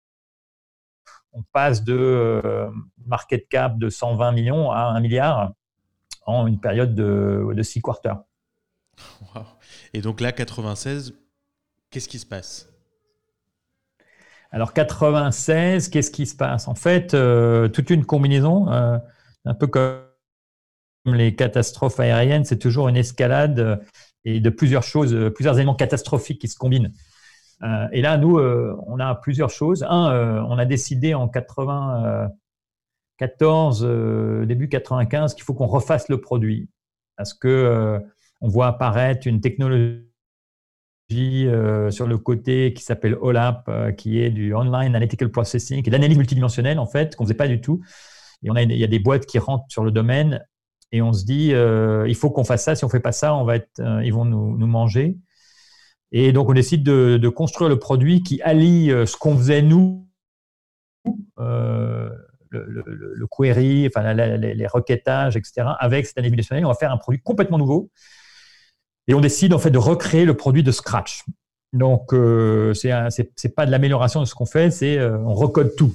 on passe de euh, market cap de cent vingt millions à un milliard en une période de, de six quarters. Wow. Et donc là, quatre-vingt-seize, qu'est-ce qui se passe? Alors quatre-vingt-seize, qu'est-ce qui se passe? En fait, euh, toute une combinaison, euh, un peu comme les catastrophes aériennes, c'est toujours une escalade euh, et de plusieurs choses, euh, plusieurs éléments catastrophiques qui se combinent. Euh, et là, nous, euh, on a plusieurs choses. Un, euh, on a décidé en quatre-vingt-quatorze, euh, début quatre-vingt-quinze, qu'il faut qu'on refasse le produit parce que euh, on voit apparaître une technologie euh, sur le côté qui s'appelle O L A P, euh, qui est du Online Analytical Processing, qui est de l'analyse multidimensionnelle en fait, qu'on ne faisait pas du tout. Et on a, il y a des boîtes qui rentrent sur le domaine et on se dit, euh, il faut qu'on fasse ça. Si on ne fait pas ça, on va être, euh, ils vont nous, nous manger. Et donc, on décide de, de construire le produit qui allie euh, ce qu'on faisait nous, euh, le, le, le query, enfin, la, la, les requêtages, et cetera, avec cette analyse multidimensionnelle. On va faire un produit complètement nouveau. Et on décide en fait de recréer le produit de scratch. Donc, euh, c'est, c'est, c'est pas de l'amélioration de ce qu'on fait, c'est euh, on recode tout.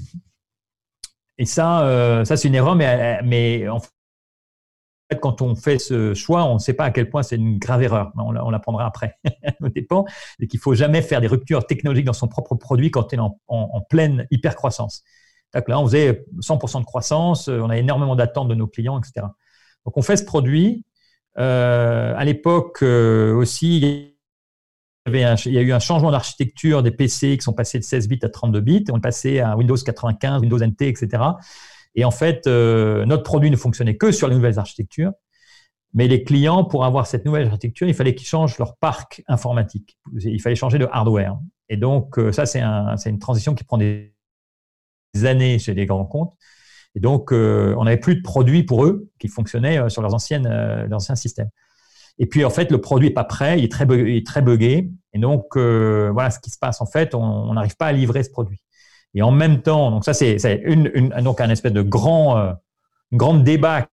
Et ça, euh, ça c'est une erreur, mais, mais en fait, quand on fait ce choix, on ne sait pas à quel point c'est une grave erreur. On, on l'apprendra après, au dépend, et qu'il faut jamais faire des ruptures technologiques dans son propre produit quand on est en, en, en pleine hyper-croissance. Là, on faisait cent pour cent de croissance, on a énormément d'attentes de nos clients, et cetera. Donc, on fait ce produit. Euh, à l'époque euh, aussi, il y, avait un, il y a eu un changement d'architecture des P C qui sont passés de seize bits à trente-deux bits. On est passé à Windows quatre-vingt-quinze, Windows N T, et cetera. Et en fait, euh, notre produit ne fonctionnait que sur les nouvelles architectures. Mais les clients, pour avoir cette nouvelle architecture, il fallait qu'ils changent leur parc informatique. Il fallait changer de hardware. Et donc, euh, ça, c'est, un, c'est une transition qui prend des années chez les grands comptes. Et donc, euh, on n'avait plus de produits pour eux qui fonctionnaient euh, sur leurs, anciennes, euh, leurs anciens systèmes. Et puis, en fait, le produit n'est pas prêt, il est très, bu- il est très buggé. Et donc, euh, voilà ce qui se passe. En fait, on n'arrive pas à livrer ce produit. Et en même temps, donc ça, c'est, c'est une, une, donc un espèce de grand, euh, une grande débâcle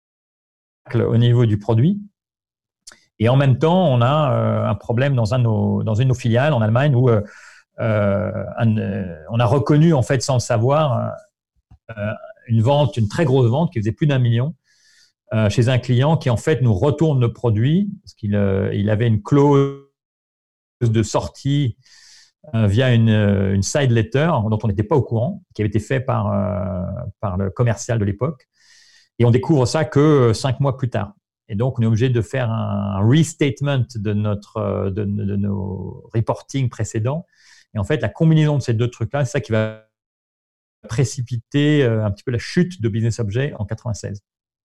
au niveau du produit. Et en même temps, on a euh, un problème dans, un de nos, dans une de nos filiales en Allemagne où euh, euh, un, euh, on a reconnu, en fait, sans le savoir, euh, une vente, une très grosse vente qui faisait plus d'un million euh, chez un client qui en fait nous retourne le produit parce qu'il euh, il avait une clause de sortie euh, via une, une side letter dont on n'était pas au courant, qui avait été fait par, euh, par le commercial de l'époque. Et on découvre ça que cinq mois plus tard. Et donc, on est obligé de faire un restatement de, notre, de, de nos reporting précédents. Et en fait, la combinaison de ces deux trucs-là, c'est ça qui va précipiter un petit peu la chute de Business Object en quatre-vingt-seize.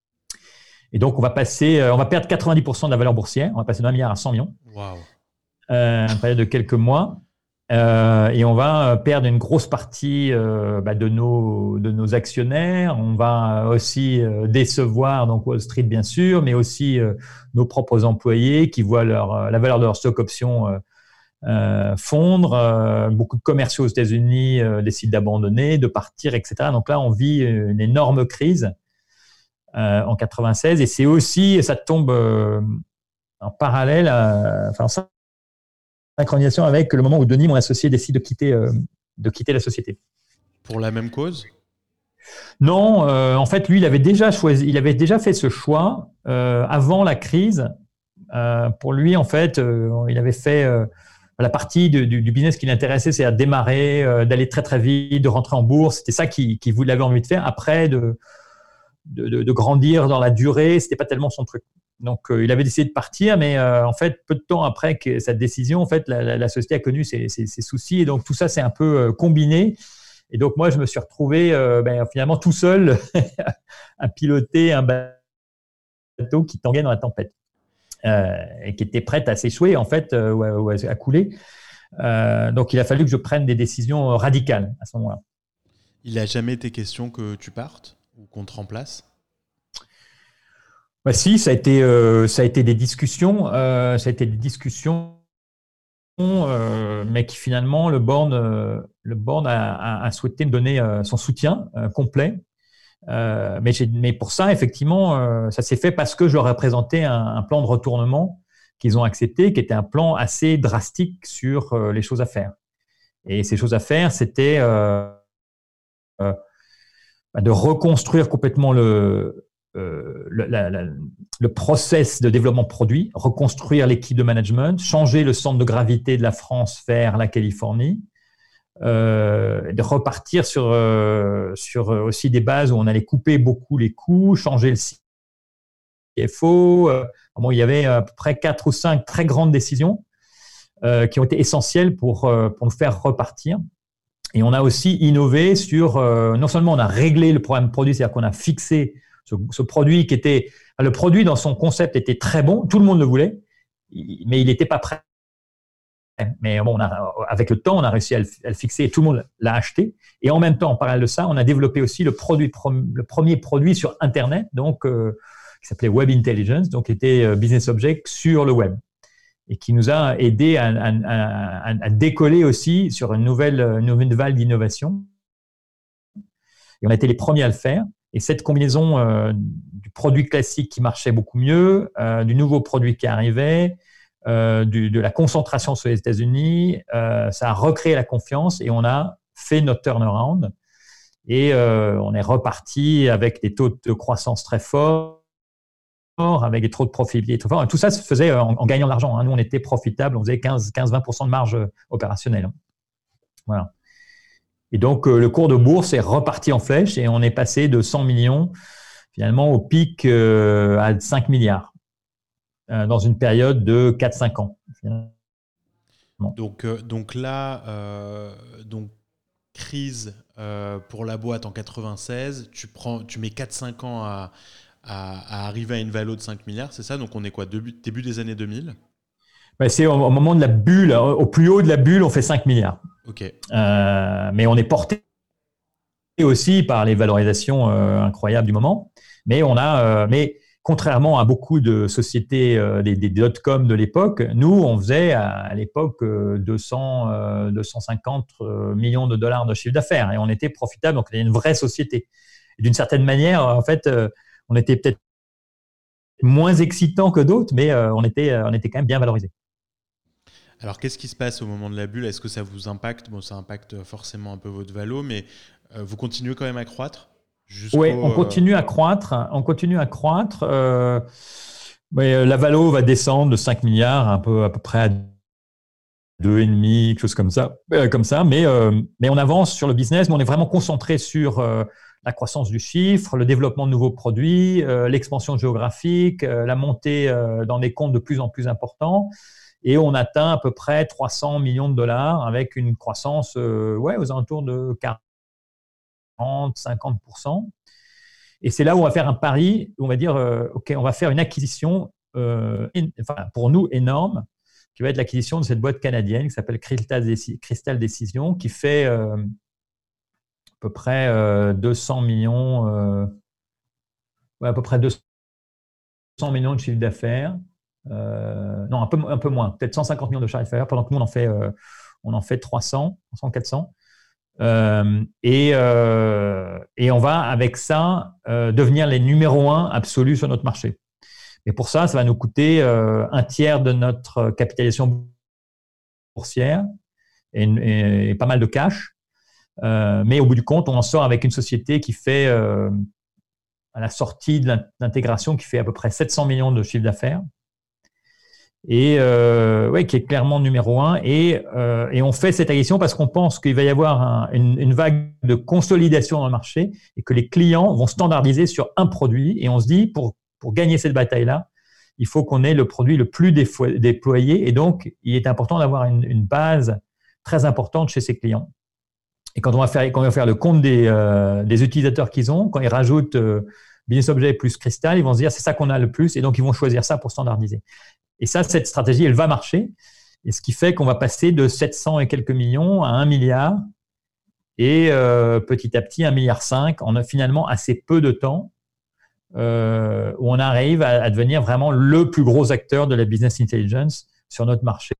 Et donc, on va passer, on va perdre quatre-vingt-dix pour cent de la valeur boursière. On va passer d'un milliard à cent millions. Wow. Euh, une période de quelques mois. Euh, et on va perdre une grosse partie euh, bah, de, nos, de nos actionnaires. On va aussi euh, décevoir donc Wall Street, bien sûr, mais aussi euh, nos propres employés qui voient leur, la valeur de leur stock option euh, Euh, fondre, euh, beaucoup de commerciaux aux États-Unis euh, décident d'abandonner, de partir, et cetera. Donc là, on vit une énorme crise euh, en quatre-vingt-seize, et c'est aussi, ça tombe euh, en parallèle, à, enfin en synchronisation avec le moment où Denis, mon associé, décide de quitter, euh, de quitter la société. Pour la même cause ? Non, euh, en fait, lui, il avait déjà choisi, il avait déjà fait ce choix euh, avant la crise. Euh, pour lui, en fait, euh, il avait fait euh, la partie de, du, du business qui l'intéressait, c'est à démarrer, euh, d'aller très très vite, de rentrer en bourse. C'était ça qu'il qui avait envie de faire. Après, de, de, de, de grandir dans la durée, c'était pas tellement son truc. Donc, euh, il avait décidé de partir, mais euh, en fait, peu de temps après que cette décision, en fait, la, la, la société a connu ses, ses, ses soucis, et donc tout ça s'est un peu euh, combiné. Et donc, moi, je me suis retrouvé euh, ben, finalement tout seul à piloter un bateau bateau qui tanguait dans la tempête euh, et qui était prête à s'échouer, en fait, euh, ou, à, ou à couler. Euh, donc, il a fallu que je prenne des décisions radicales à ce moment-là. Il n'a jamais été question que tu partes ou qu'on te remplace? Bah, si, ça a été, euh, ça a été des discussions, euh, ça a été des discussions, euh, mais qui finalement, le board, euh, le board a, a, a souhaité me donner euh, son soutien euh, complet. Euh, mais, mais pour ça, effectivement, euh, ça s'est fait parce que je leur ai présenté un, un plan de retournement qu'ils ont accepté, qui était un plan assez drastique sur euh, les choses à faire. Et ces choses à faire, c'était euh, euh, de reconstruire complètement le, euh, le, la, la, le process de développement produit, reconstruire l'équipe de management, changer le centre de gravité de la France vers la Californie, euh, de repartir sur, euh, sur aussi des bases où on allait couper beaucoup les coûts, changer le C F O. Euh, bon, il y avait à peu près quatre ou cinq très grandes décisions euh, qui ont été essentielles pour, euh, pour nous faire repartir. Et on a aussi innové sur, euh, non seulement on a réglé le problème produit, c'est-à-dire qu'on a fixé ce, ce produit qui était, le produit dans son concept était très bon, tout le monde le voulait, mais il n'était pas prêt. Mais bon, on a, avec le temps, on a réussi à le, à le fixer et tout le monde l'a acheté. Et en même temps, en parallèle de ça, on a développé aussi le, produit, le premier produit sur Internet, donc, euh, qui s'appelait Web Intelligence, donc qui était euh, Business Object sur le web, et qui nous a aidé à, à, à, à décoller aussi sur une nouvelle, une nouvelle vague d'innovation. Et on a été les premiers à le faire. Et cette combinaison euh, du produit classique qui marchait beaucoup mieux, euh, du nouveau produit qui arrivait, euh, du, de la concentration sur les États-Unis, euh, ça a recréé la confiance et on a fait notre turnaround. Et euh, on est reparti avec des taux de croissance très forts, avec des taux de profitabilité très forts. Et tout ça se faisait en, en gagnant de l'argent. Hein. Nous, on était profitable, on faisait quinze à vingt pour cent de marge opérationnelle. Voilà. Et donc, euh, le cours de bourse est reparti en flèche et on est passé de cent millions finalement au pic euh, à cinq milliards euh, dans une période de quatre à cinq ans. Bon. Donc, euh, donc là, euh, donc, crise euh, pour la boîte en quatre-vingt-seize, tu, prends, tu mets quatre à cinq ans à, à, à arriver à une valo de cinq milliards, c'est ça? Donc, on est quoi, début, début des années deux mille? Ben, c'est au, au moment de la bulle, au plus haut de la bulle, on fait cinq milliards. Ok. Euh, mais on est porté aussi par les valorisations euh, incroyables du moment. Mais on a, euh, mais contrairement à beaucoup de sociétés, euh, des, des dot-com de l'époque, nous, on faisait à, à l'époque euh, deux cents, euh, deux cent cinquante millions de dollars de chiffre d'affaires et on était profitable. Donc, il y a une vraie société. Et d'une certaine manière, en fait, euh, on était peut-être moins excitant que d'autres, mais euh, on était, on était quand même bien valorisé. Alors, qu'est-ce qui se passe au moment de la bulle? Est-ce que ça vous impacte? Bon, ça impacte forcément un peu votre valo, mais euh, vous continuez quand même à croître? Oui, on continue à croître. On continue à croître. Euh, mais la valo va descendre de cinq milliards un peu, à peu près à deux virgule cinq, quelque chose comme ça. Euh, comme ça. Mais, euh, mais on avance sur le business, mais on est vraiment concentré sur euh, la croissance du chiffre, le développement de nouveaux produits, euh, l'expansion géographique, euh, la montée euh, dans des comptes de plus en plus importants. Et on atteint à peu près trois cents millions de dollars avec une croissance euh, ouais, aux alentours de quarante à cinquante pour cent. Et c'est là où on va faire un pari, où on va dire, euh, OK, on va faire une acquisition, euh, in, enfin, pour nous, énorme, qui va être l'acquisition de cette boîte canadienne qui s'appelle Crystal, Crystal Decision, qui fait euh, à peu près euh, deux cents millions, euh, ouais, à peu près deux cents millions de chiffre d'affaires. Euh, non, un peu, un peu moins, peut-être cent cinquante millions de chiffre d'affaires, pendant que nous, on en fait, euh, on en fait trois cents, quatre cents. Euh, et, euh, et on va, avec ça, euh, devenir les numéros un absolus sur notre marché. Et pour ça, ça va nous coûter euh, un tiers de notre capitalisation boursière et, et, et pas mal de cash. Euh, mais au bout du compte, on en sort avec une société qui fait, euh, à la sortie de l'intégration, qui fait à peu près sept cents millions de chiffre d'affaires. Et euh, ouais, qui est clairement numéro un. Et, euh, et on fait cette acquisition parce qu'on pense qu'il va y avoir un, une, une vague de consolidation dans le marché et que les clients vont standardiser sur un produit. Et on se dit, pour, pour gagner cette bataille-là, il faut qu'on ait le produit le plus déployé. Et donc, il est important d'avoir une, une base très importante chez ces clients. Et quand on va faire, quand on va faire le compte des, euh, des utilisateurs qu'ils ont, quand ils rajoutent euh, Business Object plus Crystal, ils vont se dire c'est ça qu'on a le plus et donc ils vont choisir ça pour standardiser. Et ça, cette stratégie, elle va marcher. Et ce qui fait qu'on va passer de sept cents et quelques millions à un milliard et euh, petit à petit un milliard cinq en a finalement assez peu de temps euh, où on arrive à, à devenir vraiment le plus gros acteur de la business intelligence sur notre marché.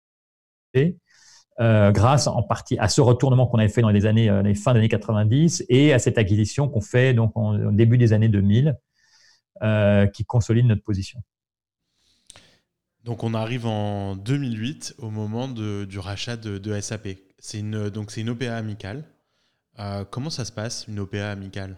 Euh, grâce en partie à ce retournement qu'on avait fait dans les années, euh, les fins des années quatre-vingt-dix et à cette acquisition qu'on fait donc en, au début des années deux mille, euh, qui consolide notre position. Donc on arrive en deux mille huit au moment de, du rachat de, de S A P. C'est une, donc c'est une O P A amicale. Euh, comment ça se passe, une O P A amicale?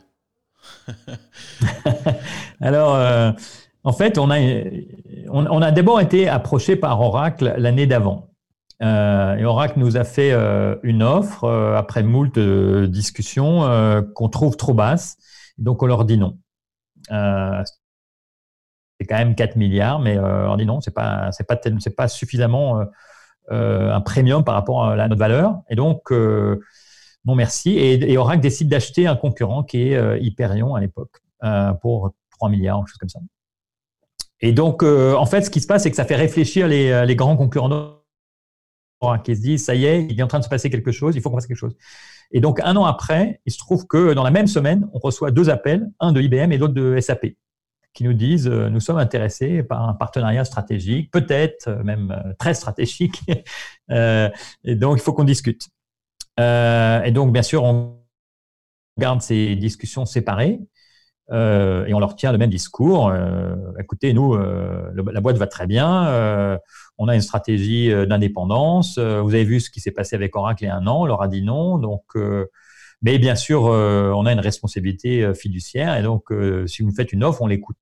Alors, euh, en fait, on a, on, on a d'abord été approché par Oracle l'année d'avant. Euh, et Oracle nous a fait euh, une offre euh, après moult euh, discussions euh, qu'on trouve trop basse. Donc, on leur dit non. Euh, c'est quand même quatre milliards, mais euh, on leur dit non, c'est pas, c'est pas, c'est pas suffisamment euh, euh, un premium par rapport à, la, à notre valeur. Et donc, euh, non merci. Et, et Oracle décide d'acheter un concurrent qui est euh, Hyperion à l'époque euh, pour trois milliards, quelque chose comme ça. Et donc, euh, en fait, ce qui se passe, c'est que ça fait réfléchir les, les grands concurrents qui se disent, ça y est, il est en train de se passer quelque chose, il faut qu'on fasse quelque chose. Et donc, un an après, il se trouve que dans la même semaine, on reçoit deux appels, un de I B M et l'autre de S A P, qui nous disent, euh, nous sommes intéressés par un partenariat stratégique, peut-être même euh, très stratégique, euh, et donc il faut qu'on discute. Euh, et donc, bien sûr, on garde ces discussions séparées. Euh, et on leur tient le même discours. Euh, écoutez, nous, euh, le, la boîte va très bien. Euh, on a une stratégie d'indépendance. Euh, vous avez vu ce qui s'est passé avec Oracle il y a un an. On leur a dit non. Donc, euh, mais bien sûr, euh, on a une responsabilité fiduciaire. Et donc, euh, si vous nous faites une offre, on l'écoutera,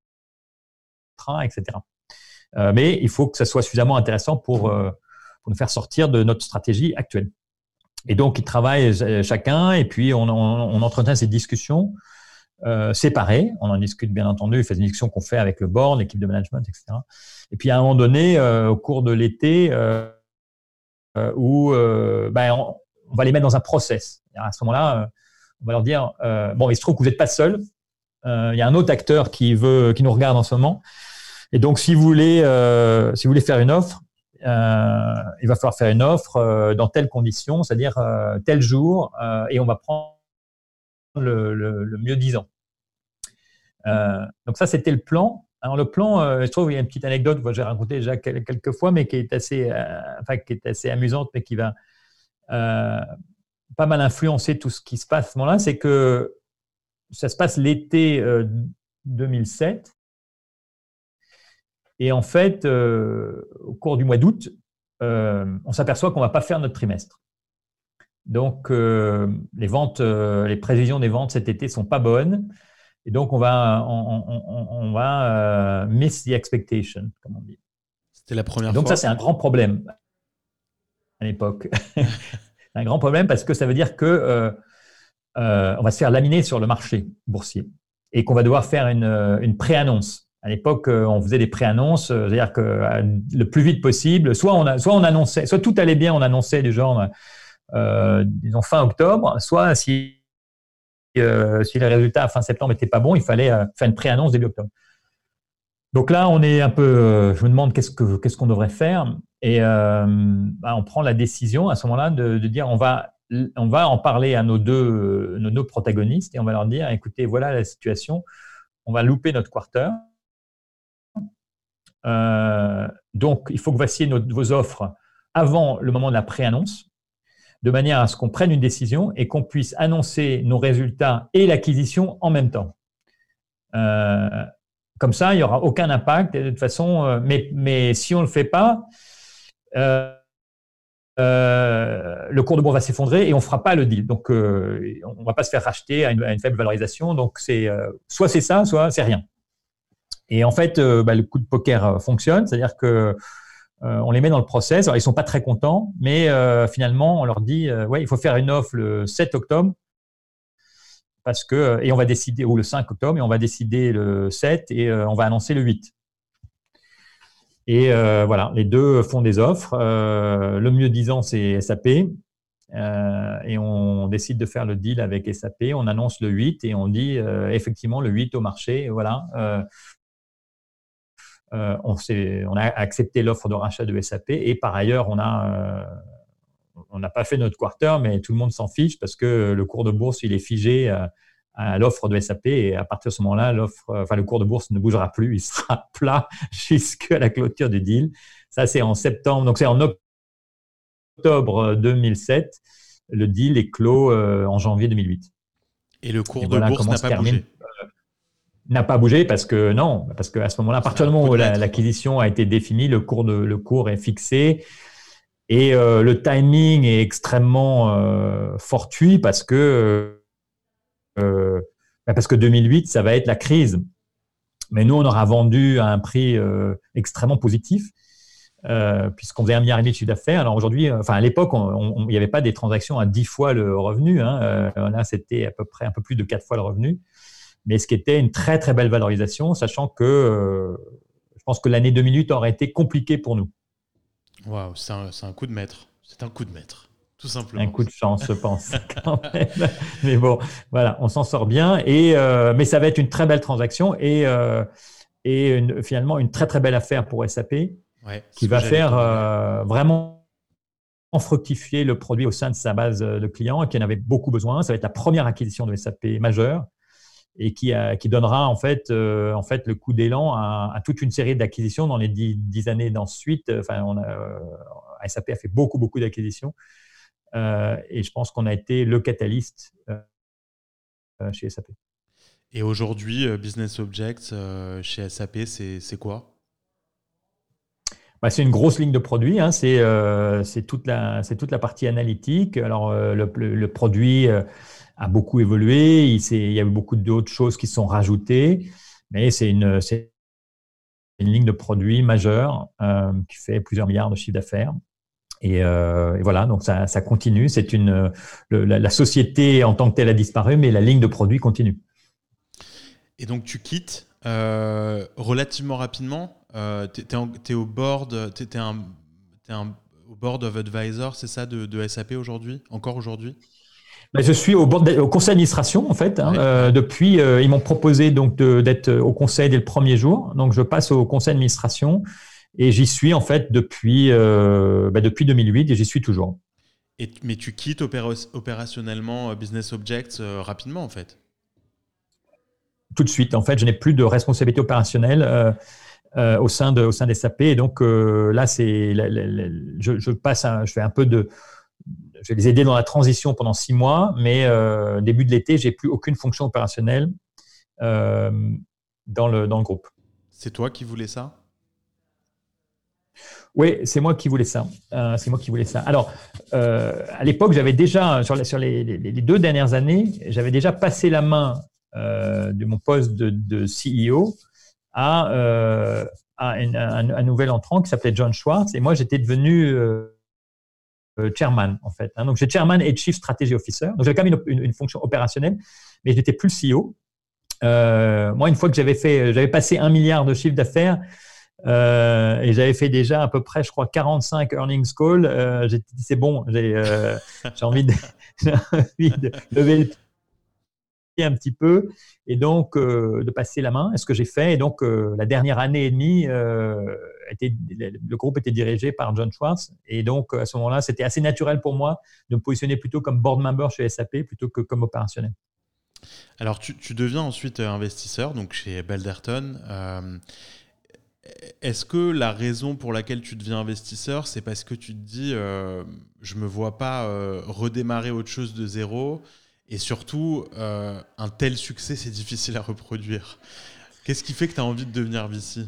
et cetera. Euh, mais il faut que ça soit suffisamment intéressant pour, euh, pour nous faire sortir de notre stratégie actuelle. Et donc, ils travaillent chacun. Et puis, on, on, on entretient ces discussions. Euh, séparés, on en discute bien entendu, c'est une discussion qu'on fait avec le board, l'équipe de management, et cetera. Et puis à un moment donné, euh, au cours de l'été, euh, euh, où euh, ben, on, on va les mettre dans un process. Et à ce moment-là, euh, on va leur dire euh, bon, il se trouve que vous n'êtes pas seul. Euh, il y a un autre acteur qui veut, qui nous regarde en ce moment. Et donc, si vous voulez, euh, si vous voulez faire une offre, euh, il va falloir faire une offre euh, dans telles conditions, c'est-à-dire euh, tel jour, euh, et on va prendre le, le, le mieux disant. Euh, donc ça, c'était le plan. Alors le plan, euh, je trouve, il y a une petite anecdote que j'ai racontée déjà quelques fois, mais qui est assez, euh, enfin, qui est assez amusante, mais qui va euh, pas mal influencer tout ce qui se passe à ce moment-là. C'est que ça se passe l'été euh, deux mille sept. Et en fait, euh, au cours du mois d'août, euh, on s'aperçoit qu'on ne va pas faire notre trimestre. Donc, euh, les ventes, euh, les prévisions des ventes cet été ne sont pas bonnes. Et donc, on va, on, on, on va euh, miss the expectation, comme on dit. C'était la première et donc, fois. Donc, ça, c'est un grand problème à l'époque. un grand problème parce que ça veut dire que euh, euh, on va se faire laminer sur le marché boursier et qu'on va devoir faire une, une pré-annonce. À l'époque, on faisait des pré-annonces, c'est-à-dire que le plus vite possible, soit on, a, soit on annonçait, soit tout allait bien, on annonçait du genre, euh, disons fin octobre, soit si Euh, si les résultats à fin septembre n'étaient pas bons, il fallait euh, faire une pré-annonce début octobre. Donc là, on est un peu. Euh, je me demande qu'est-ce que qu'est-ce qu'on devrait faire, et euh, bah, on prend la décision à ce moment-là de, de dire on va on va en parler à nos deux nos deux protagonistes et on va leur dire écoutez, voilà la situation, on va louper notre quarter. Euh, donc il faut que vous fassiez nos, vos offres avant le moment de la pré-annonce, de manière à ce qu'on prenne une décision et qu'on puisse annoncer nos résultats et l'acquisition en même temps. Euh, comme ça, il n'y aura aucun impact. De toute façon, euh, mais, mais si on ne le fait pas, euh, euh, le cours de bourse va s'effondrer et on ne fera pas le deal. Donc, euh, on ne va pas se faire racheter à une, à une faible valorisation. Donc, c'est, euh, soit c'est ça, soit c'est rien. Et en fait, euh, bah, le coup de poker fonctionne, c'est-à-dire que Euh, on les met dans le process. Alors, ils sont pas très contents, mais euh, finalement, on leur dit euh, ouais, il faut faire une offre le sept octobre parce que et on va décider ou le cinq octobre et on va décider le sept et euh, on va annoncer le huit. Et euh, voilà, les deux font des offres. Euh, le mieux disant, c'est S A P euh, et on décide de faire le deal avec S A P. On annonce le huit et on dit euh, effectivement le huit au marché. Voilà. Euh, euh, on, on a accepté l'offre de rachat de S A P et par ailleurs, on a euh, on n'a pas fait notre quarter, mais tout le monde s'en fiche parce que le cours de bourse il est figé à, à l'offre de S A P et à partir de ce moment-là, l'offre, enfin le cours de bourse ne bougera plus, il sera plat jusqu'à la clôture du deal. Ça c'est en septembre, donc c'est en octobre deux mille sept. Le deal est clos euh, en janvier deux mille huit. Et le cours et de voilà bourse n'a pas bougé. N'a pas bougé parce que non, parce qu'à ce moment-là, à partir du moment où la, l'acquisition a été définie, le cours, de, le cours est fixé et euh, le timing est extrêmement euh, fortuit parce que euh, parce que deux mille huit, ça va être la crise. Mais nous, on aura vendu à un prix euh, extrêmement positif. Euh, puisqu'on faisait un milliard et demi de chiffre d'affaires. Alors aujourd'hui, enfin à l'époque, il n'y avait pas des transactions à dix fois le revenu. Hein. Euh, là, c'était à peu près un peu plus de quatre fois le revenu. Mais ce qui était une très très belle valorisation, sachant que euh, je pense que l'année deux mille huit aurait été compliquée pour nous. Waouh, c'est un, c'est un coup de maître. C'est un coup de maître, tout simplement. Un coup de chance, je pense. Quand même. Mais bon, voilà, on s'en sort bien. Et euh, mais ça va être une très belle transaction et euh, et une, finalement une très très belle affaire pour S A P. Ouais, qui va faire euh, vraiment fructifier le produit au sein de sa base de clients et qui en avait beaucoup besoin. Ça va être la première acquisition de S A P majeure et qui, a, qui donnera en fait, euh, en fait le coup d'élan à, à toute une série d'acquisitions dans les dix, dix années d'ensuite. Enfin, on a, euh, S A P a fait beaucoup, beaucoup d'acquisitions euh, et je pense qu'on a été le catalyste euh, chez S A P. Et aujourd'hui, euh, Business Objects euh, chez S A P, c'est, c'est quoi ? Bah, c'est une grosse ligne de produits, hein. c'est, euh, c'est, toute la, c'est toute la partie analytique. Alors, euh, le, le, le produit euh, a beaucoup évolué, il, il y a eu beaucoup d'autres choses qui sont rajoutées, mais c'est une, c'est une ligne de produits majeure euh, qui fait plusieurs milliards de chiffre d'affaires. Et, euh, et voilà, donc ça, ça continue. C'est une, le, la, la société en tant que telle a disparu, mais la ligne de produits continue. Et donc, tu quittes euh, relativement rapidement. Euh, tu es au board, t'es, t'es un, t'es un, au board of advisor, c'est ça, de, de S A P aujourd'hui, encore aujourd'hui ? Ben, je suis au, board, au conseil d'administration en fait. Hein, ouais, euh, ouais. Depuis, euh, ils m'ont proposé donc de, d'être au conseil dès le premier jour. Donc, je passe au conseil d'administration et j'y suis en fait depuis euh, ben, depuis deux mille huit et j'y suis toujours. Et, mais tu quittes opéra- opérationnellement Business Objects euh, rapidement en fait. Tout de suite, en fait, je n'ai plus de responsabilité opérationnelle. Euh, Euh, au sein de au sein des S A P et donc euh, là c'est la, la, la, je, je passe un, je fais un peu de je vais les aider dans la transition pendant six mois mais euh, début de l'été j'ai plus aucune fonction opérationnelle euh, dans le dans le groupe. C'est toi qui voulais ça? Oui, c'est moi qui voulais ça. Euh, c'est moi qui voulais ça. Alors, euh, à l'époque, j'avais déjà, sur, la, sur les, les, les deux dernières années, j'avais déjà passé la main euh, de mon poste de, de C E O à, euh, à un, un, un nouvel entrant qui s'appelait John Schwartz. Et moi, j'étais devenu euh, chairman, en fait. Hein. Donc, j'ai chairman et chief strategy officer. Donc, j'avais quand même une, une, une fonction opérationnelle, mais je n'étais plus le C E O. Euh, moi, une fois que j'avais fait, j'avais passé un milliard de chiffre d'affaires, Euh, et j'avais fait déjà à peu près, je crois, quarante-cinq earnings calls. Euh, j'ai dit, c'est bon, j'ai, euh, j'ai, envie de, j'ai envie de lever le pied un petit peu et donc euh, de passer la main. Et ce que j'ai fait, et donc euh, la dernière année et demie, euh, était, le groupe était dirigé par John Schwartz. Et donc à ce moment-là, c'était assez naturel pour moi de me positionner plutôt comme board member chez S A P plutôt que comme opérationnel. Alors, tu, tu deviens ensuite investisseur, donc chez Balderton. Euh, Est-ce que la raison pour laquelle tu deviens investisseur, c'est parce que tu te dis euh, je ne me vois pas euh, redémarrer autre chose de zéro et surtout, euh, un tel succès, c'est difficile à reproduire. Qu'est-ce qui fait que tu as envie de devenir V C?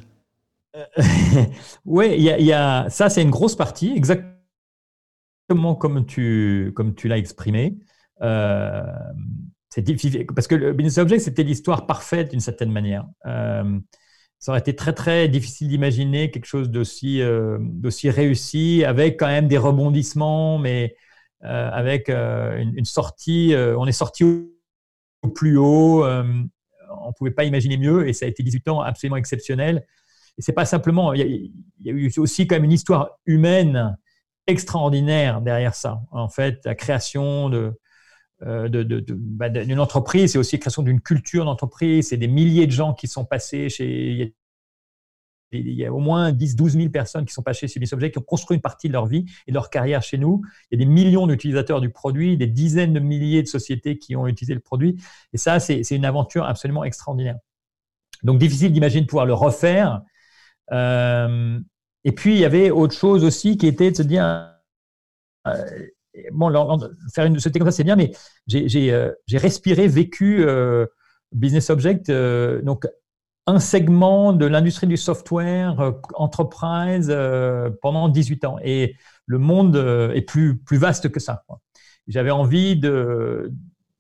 Oui, il y, y a, ça, c'est une grosse partie, exactement comme tu, comme tu l'as exprimé. Euh, c'est difficile, parce que le Business Objects, c'était l'histoire parfaite d'une certaine manière. Euh, Ça aurait été très, très difficile d'imaginer quelque chose d'aussi, euh, d'aussi réussi, avec quand même des rebondissements, mais euh, avec euh, une, une sortie. Euh, on est sorti au, au plus haut. Euh, on ne pouvait pas imaginer mieux et ça a été dix-huit ans absolument exceptionnels. Et c'est pas simplement. Il y, a, il y a eu aussi quand même une histoire humaine extraordinaire derrière ça. En fait, la création de, euh, de, de, de, bah, d'une entreprise, c'est aussi la création d'une culture d'entreprise. C'est des milliers de gens qui sont passés chez... Il y a au moins dix, douze mille personnes qui sont passées chez BusinessObjects, qui ont construit une partie de leur vie et de leur carrière chez nous. Il y a des millions d'utilisateurs du produit, des dizaines de milliers de sociétés qui ont utilisé le produit. Et ça, c'est, c'est une aventure absolument extraordinaire. Donc, difficile d'imaginer de pouvoir le refaire. Euh, et puis, il y avait autre chose aussi qui était de se dire, euh, bon, faire une société comme ça, c'est bien, mais j'ai, j'ai, euh, j'ai respiré, vécu euh, BusinessObjects, euh, donc un segment de l'industrie du software euh, enterprise euh, pendant dix-huit ans. Et le monde euh, est plus, plus vaste que ça, quoi. J'avais envie de,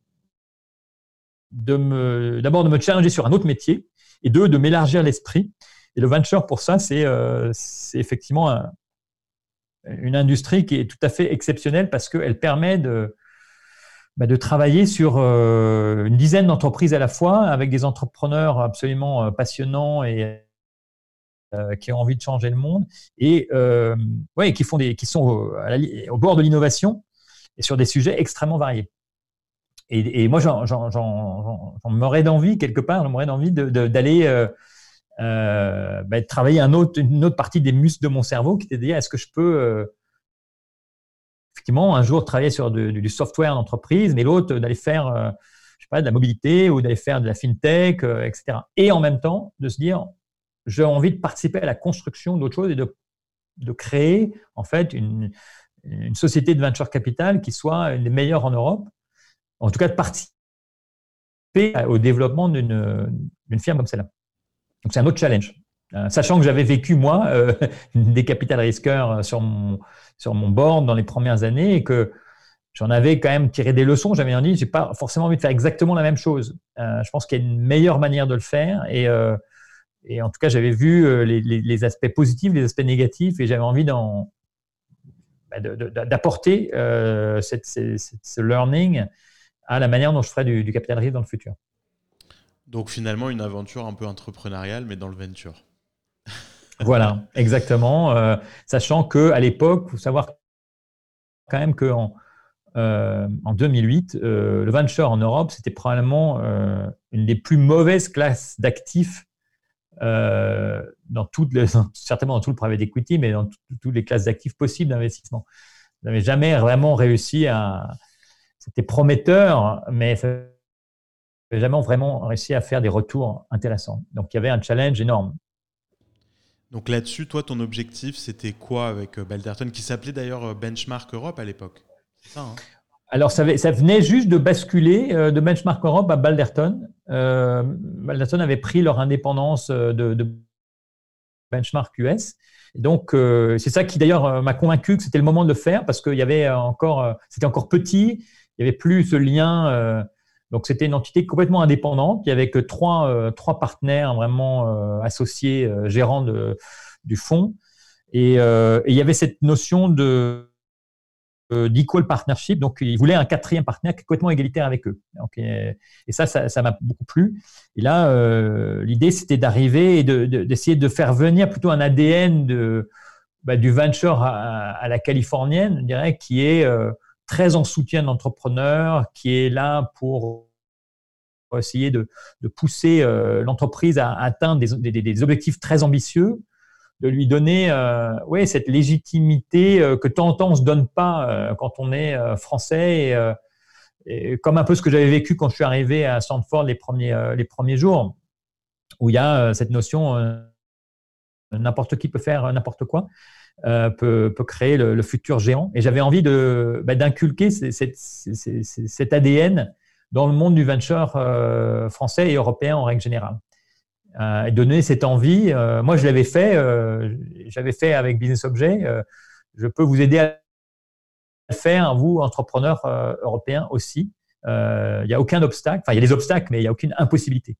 de me, d'abord de me challenger sur un autre métier et deux, de m'élargir l'esprit. Et le venture, pour ça, c'est, euh, c'est effectivement un, une industrie qui est tout à fait exceptionnelle parce qu'elle permet de, bah, de travailler sur euh, une dizaine d'entreprises à la fois avec des entrepreneurs absolument euh, passionnants et euh, qui ont envie de changer le monde et euh, ouais, qui, font des, qui sont au, à la, au bord de l'innovation et sur des sujets extrêmement variés. Et, et moi, j'en, j'en, j'en, j'en m'aurais d'envie, quelque part, j'en m'aurais d'envie de, de, d'aller euh, euh, bah, travailler un autre, une autre partie des muscles de mon cerveau qui était de dire, est-ce que je peux euh, effectivement un jour travailler sur de, du software d'entreprise, mais l'autre d'aller faire euh, je sais pas, de la mobilité ou d'aller faire de la fintech, euh, et cetera. Et en même temps, de se dire, j'ai envie de participer à la construction d'autres choses et de, de créer en fait une, une société de venture capital qui soit une des meilleures en Europe. En tout cas, de participer au développement d'une, d'une firme comme celle-là. Donc, c'est un autre challenge. Euh, sachant que j'avais vécu, moi, euh, des capital risqueurs sur mon, sur mon board dans les premières années et que j'en avais quand même tiré des leçons. J'avais dit, j'ai pas forcément envie de faire exactement la même chose. Euh, je pense qu'il y a une meilleure manière de le faire et, euh, et en tout cas, j'avais vu les, les, les aspects positifs, les aspects négatifs et j'avais envie d'en, bah, de, de, d'apporter euh, cette, cette, ce learning à la manière dont je ferai du, du capital risque dans le futur. Donc finalement, une aventure un peu entrepreneuriale, mais dans le venture. Voilà, exactement. Euh, sachant qu'à l'époque, il faut savoir quand même qu'en euh, en deux mille huit, euh, le venture en Europe, c'était probablement euh, une des plus mauvaises classes d'actifs euh, dans toutes les, certainement dans tout le private equity, mais dans toutes les classes d'actifs possibles d'investissement. Vous n'avez jamais vraiment réussi à... C'était prometteur, mais ça n'avait jamais vraiment réussi à faire des retours intéressants. Donc, il y avait un challenge énorme. Donc là-dessus, toi, ton objectif, c'était quoi avec Balderton, qui s'appelait d'ailleurs Benchmark Europe à l'époque? C'est ça, hein? Alors, ça, ça venait juste de basculer euh, de Benchmark Europe à Balderton. Euh, Balderton avait pris leur indépendance de, de Benchmark U S. Et donc, euh, c'est ça qui d'ailleurs m'a convaincu que c'était le moment de le faire parce qu'il y avait encore, euh, c'était encore petit, il n'y avait plus ce lien. Euh, donc, c'était une entité complètement indépendante. Il n'y avait que trois, euh, trois partenaires vraiment euh, associés, euh, gérants de, du fonds. Et, euh, et il y avait cette notion de d'equal partnership, donc ils voulaient un quatrième partenaire qui est complètement égalitaire avec eux. Donc, et, et ça, ça, ça m'a beaucoup plu. Et là, euh, l'idée, c'était d'arriver et de, de, d'essayer de faire venir plutôt un A D N de, bah, du venture à, à la californienne, je dirais, qui est euh, très en soutien de l'entrepreneur, qui est là pour essayer de, de pousser euh, l'entreprise à atteindre des, des, des objectifs très ambitieux, de lui donner euh, ouais, cette légitimité euh, que de temps en temps on ne se donne pas euh, quand on est euh, français. Et, euh, et comme un peu ce que j'avais vécu quand je suis arrivé à Stanford les premiers, euh, les premiers jours, où il y a euh, cette notion euh, n'importe qui peut faire n'importe quoi, euh, peut, peut créer le, le futur géant. Et j'avais envie de, bah, d'inculquer cette, cette, cette, cet A D N dans le monde du venture euh, français et européen en règle générale. Euh, et donner cette envie. Euh, moi, je l'avais fait, euh, j'avais fait avec BusinessObjects. Euh, je peux vous aider à le faire, vous, entrepreneurs euh, européens aussi. Il euh, n'y a aucun obstacle. Enfin, il y a des obstacles, mais il n'y a aucune impossibilité.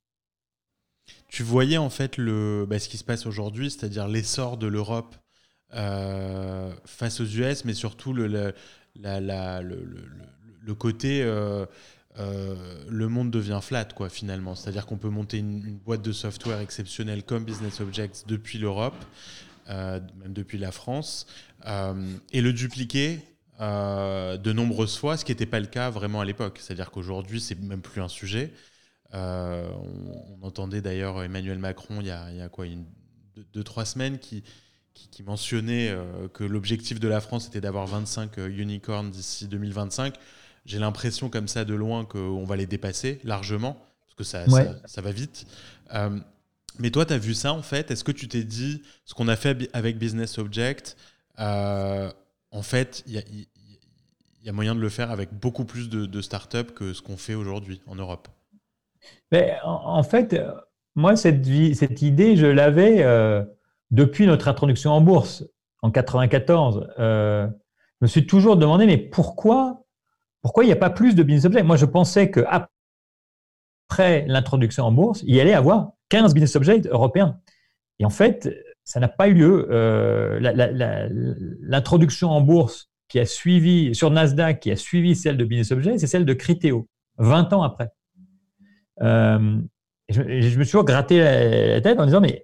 Tu voyais en fait le, bah, ce qui se passe aujourd'hui, c'est-à-dire l'essor de l'Europe euh, face aux U S, mais surtout le, le, la, la, le, le, le côté... Euh, Euh, le monde devient flat, quoi, finalement. C'est-à-dire qu'on peut monter une, une boîte de software exceptionnelle comme BusinessObjects depuis l'Europe. euh, même depuis la France, euh, et le dupliquer euh, de nombreuses fois, ce qui n'était pas le cas vraiment à l'époque. C'est-à-dire qu'aujourd'hui, c'est même plus un sujet. Euh, on, on entendait d'ailleurs Emmanuel Macron il y a, il y a quoi, une, deux, deux, trois semaines qui, qui, qui mentionnait euh, que l'objectif de la France était d'avoir vingt-cinq euh, unicorns d'ici deux mille vingt-cinq. J'ai l'impression comme ça de loin qu'on va les dépasser largement, parce que ça, Ouais. ça, ça va vite. Euh, mais toi, tu as vu ça en fait. Est-ce que tu t'es dit, ce qu'on a fait avec Business Object, euh, en fait, il y a, y, y a moyen de le faire avec beaucoup plus de, de startups que ce qu'on fait aujourd'hui en Europe? Mais en, en fait, euh, moi, cette, vie- cette idée, je l'avais euh, depuis notre introduction en bourse en quatre-vingt-quatorze. Euh, je me suis toujours demandé, mais pourquoi, pourquoi il n'y a pas plus de business objects? Moi, je pensais qu'après l'introduction en bourse, il y allait avoir quinze business objects européens. Et en fait, ça n'a pas eu lieu. Euh, la- la- la- l'introduction en bourse qui a suivi, sur Nasdaq, qui a suivi celle de business objects, c'est celle de Criteo, vingt ans après. Euh, je, je me suis toujours gratté la tête en disant, mais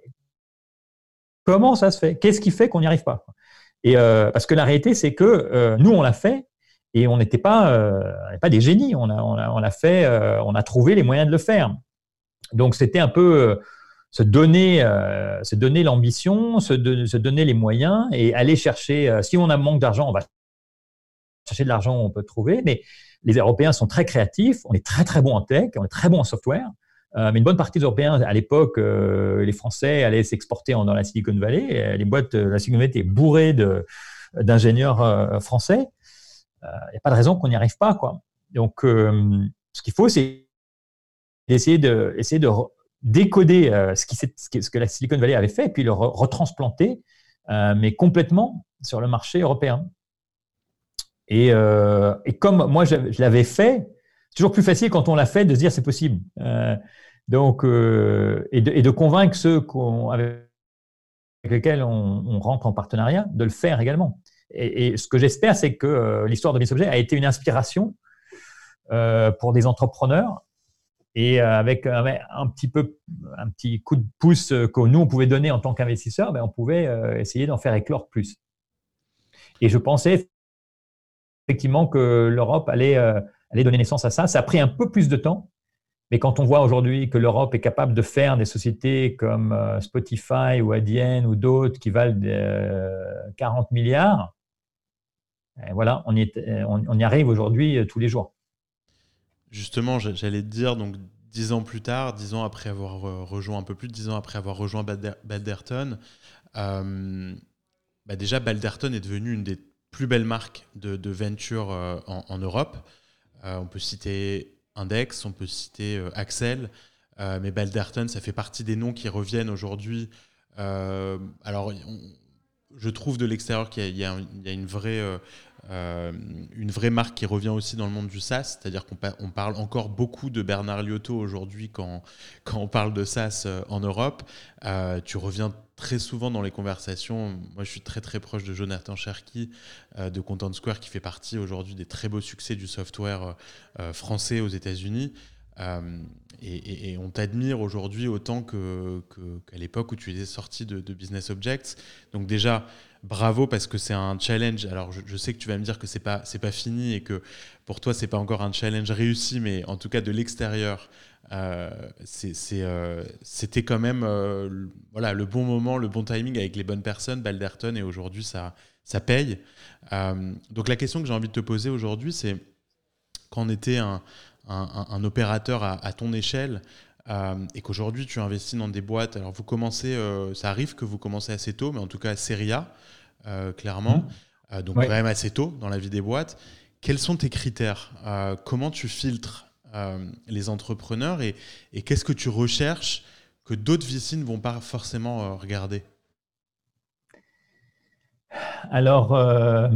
comment ça se fait? Qu'est-ce qui fait qu'on n'y arrive pas? Et euh, parce que la réalité, c'est que euh, nous, on l'a fait et on n'était pas, euh, pas des génies. On a, on a, on a fait, euh, on a trouvé les moyens de le faire. Donc, c'était un peu euh, se donner, euh, se donner l'ambition, se, de, se donner les moyens et aller chercher. Euh, si on a un manque d'argent, on va chercher de l'argent, on peut trouver. Mais les Européens sont très créatifs. On est très très bons en tech, on est très bons en software. Euh, mais une bonne partie des Européens, à l'époque, euh, les Français allaient s'exporter en, dans la Silicon Valley. Les boîtes, la Silicon Valley était bourrée de, d'ingénieurs euh, français. Il euh, n'y a pas de raison qu'on n'y arrive pas, quoi. Donc, euh, ce qu'il faut, c'est essayer de, essayer de décoder euh, ce, qui, ce que la Silicon Valley avait fait et puis le re- retransplanter, euh, mais complètement sur le marché européen. Et, euh, et comme moi, je, je l'avais fait, c'est toujours plus facile quand on l'a fait de se dire c'est possible. Euh, donc, euh, et, de, et de convaincre ceux qu'on, avec lesquels on, on rentre en partenariat de le faire également. Et, et ce que j'espère, c'est que euh, l'histoire de Business Object a été une inspiration euh, pour des entrepreneurs et euh, avec un, un petit peu, un petit coup de pouce que nous on pouvait donner en tant qu'investisseurs, ben, on pouvait euh, essayer d'en faire éclore plus. Et je pensais effectivement que l'Europe allait, euh, allait donner naissance à ça. Ça a pris un peu plus de temps, mais quand on voit aujourd'hui que l'Europe est capable de faire des sociétés comme euh, Spotify ou Adyen ou d'autres qui valent euh, quarante milliards, et voilà, on y, est, on, on y arrive aujourd'hui euh, tous les jours. Justement, j'allais te dire, donc dix ans plus tard, dix ans après avoir rejoint, un peu plus de dix ans après avoir rejoint Balderton, euh, bah déjà Balderton est devenu une des plus belles marques de, de venture euh, en, en Europe. Euh, on peut citer Index, on peut citer euh, Axel, euh, mais Balderton, ça fait partie des noms qui reviennent aujourd'hui. Euh, alors, on, je trouve de l'extérieur qu'il y a, il y a, il y a une vraie... Euh, Euh, une vraie marque qui revient aussi dans le monde du SaaS, c'est-à-dire qu'on pa- on parle encore beaucoup de Bernard Liotto aujourd'hui quand, quand on parle de SaaS euh, en Europe. Euh, tu reviens très souvent dans les conversations. Moi, je suis très très proche de Jonathan Cherki euh, de Content Square qui fait partie aujourd'hui des très beaux succès du software euh, français aux États-Unis. Euh, et, et, et on t'admire aujourd'hui autant que, que, qu'à l'époque où tu étais sorti de, de Business Objects. Donc déjà, bravo parce que c'est un challenge. Alors je, je sais que tu vas me dire que c'est pas c'est pas fini et que pour toi c'est pas encore un challenge réussi, mais en tout cas de l'extérieur, euh, c'est, c'est, euh, c'était quand même euh, le, voilà le bon moment, le bon timing avec les bonnes personnes, Balderton, et aujourd'hui ça ça paye. Euh, donc la question que j'ai envie de te poser aujourd'hui, c'est quand on était un un, un, un opérateur à, à ton échelle. Euh, et qu'aujourd'hui tu investis dans des boîtes, alors vous commencez, euh, ça arrive que vous commencez assez tôt, mais en tout cas Serie A, euh, clairement, mmh. euh, donc ouais. Quand même assez tôt dans la vie des boîtes. Quels sont tes critères? euh, Comment tu filtres euh, les entrepreneurs et, et qu'est-ce que tu recherches que d'autres V C ne vont pas forcément euh, regarder? Alors, euh,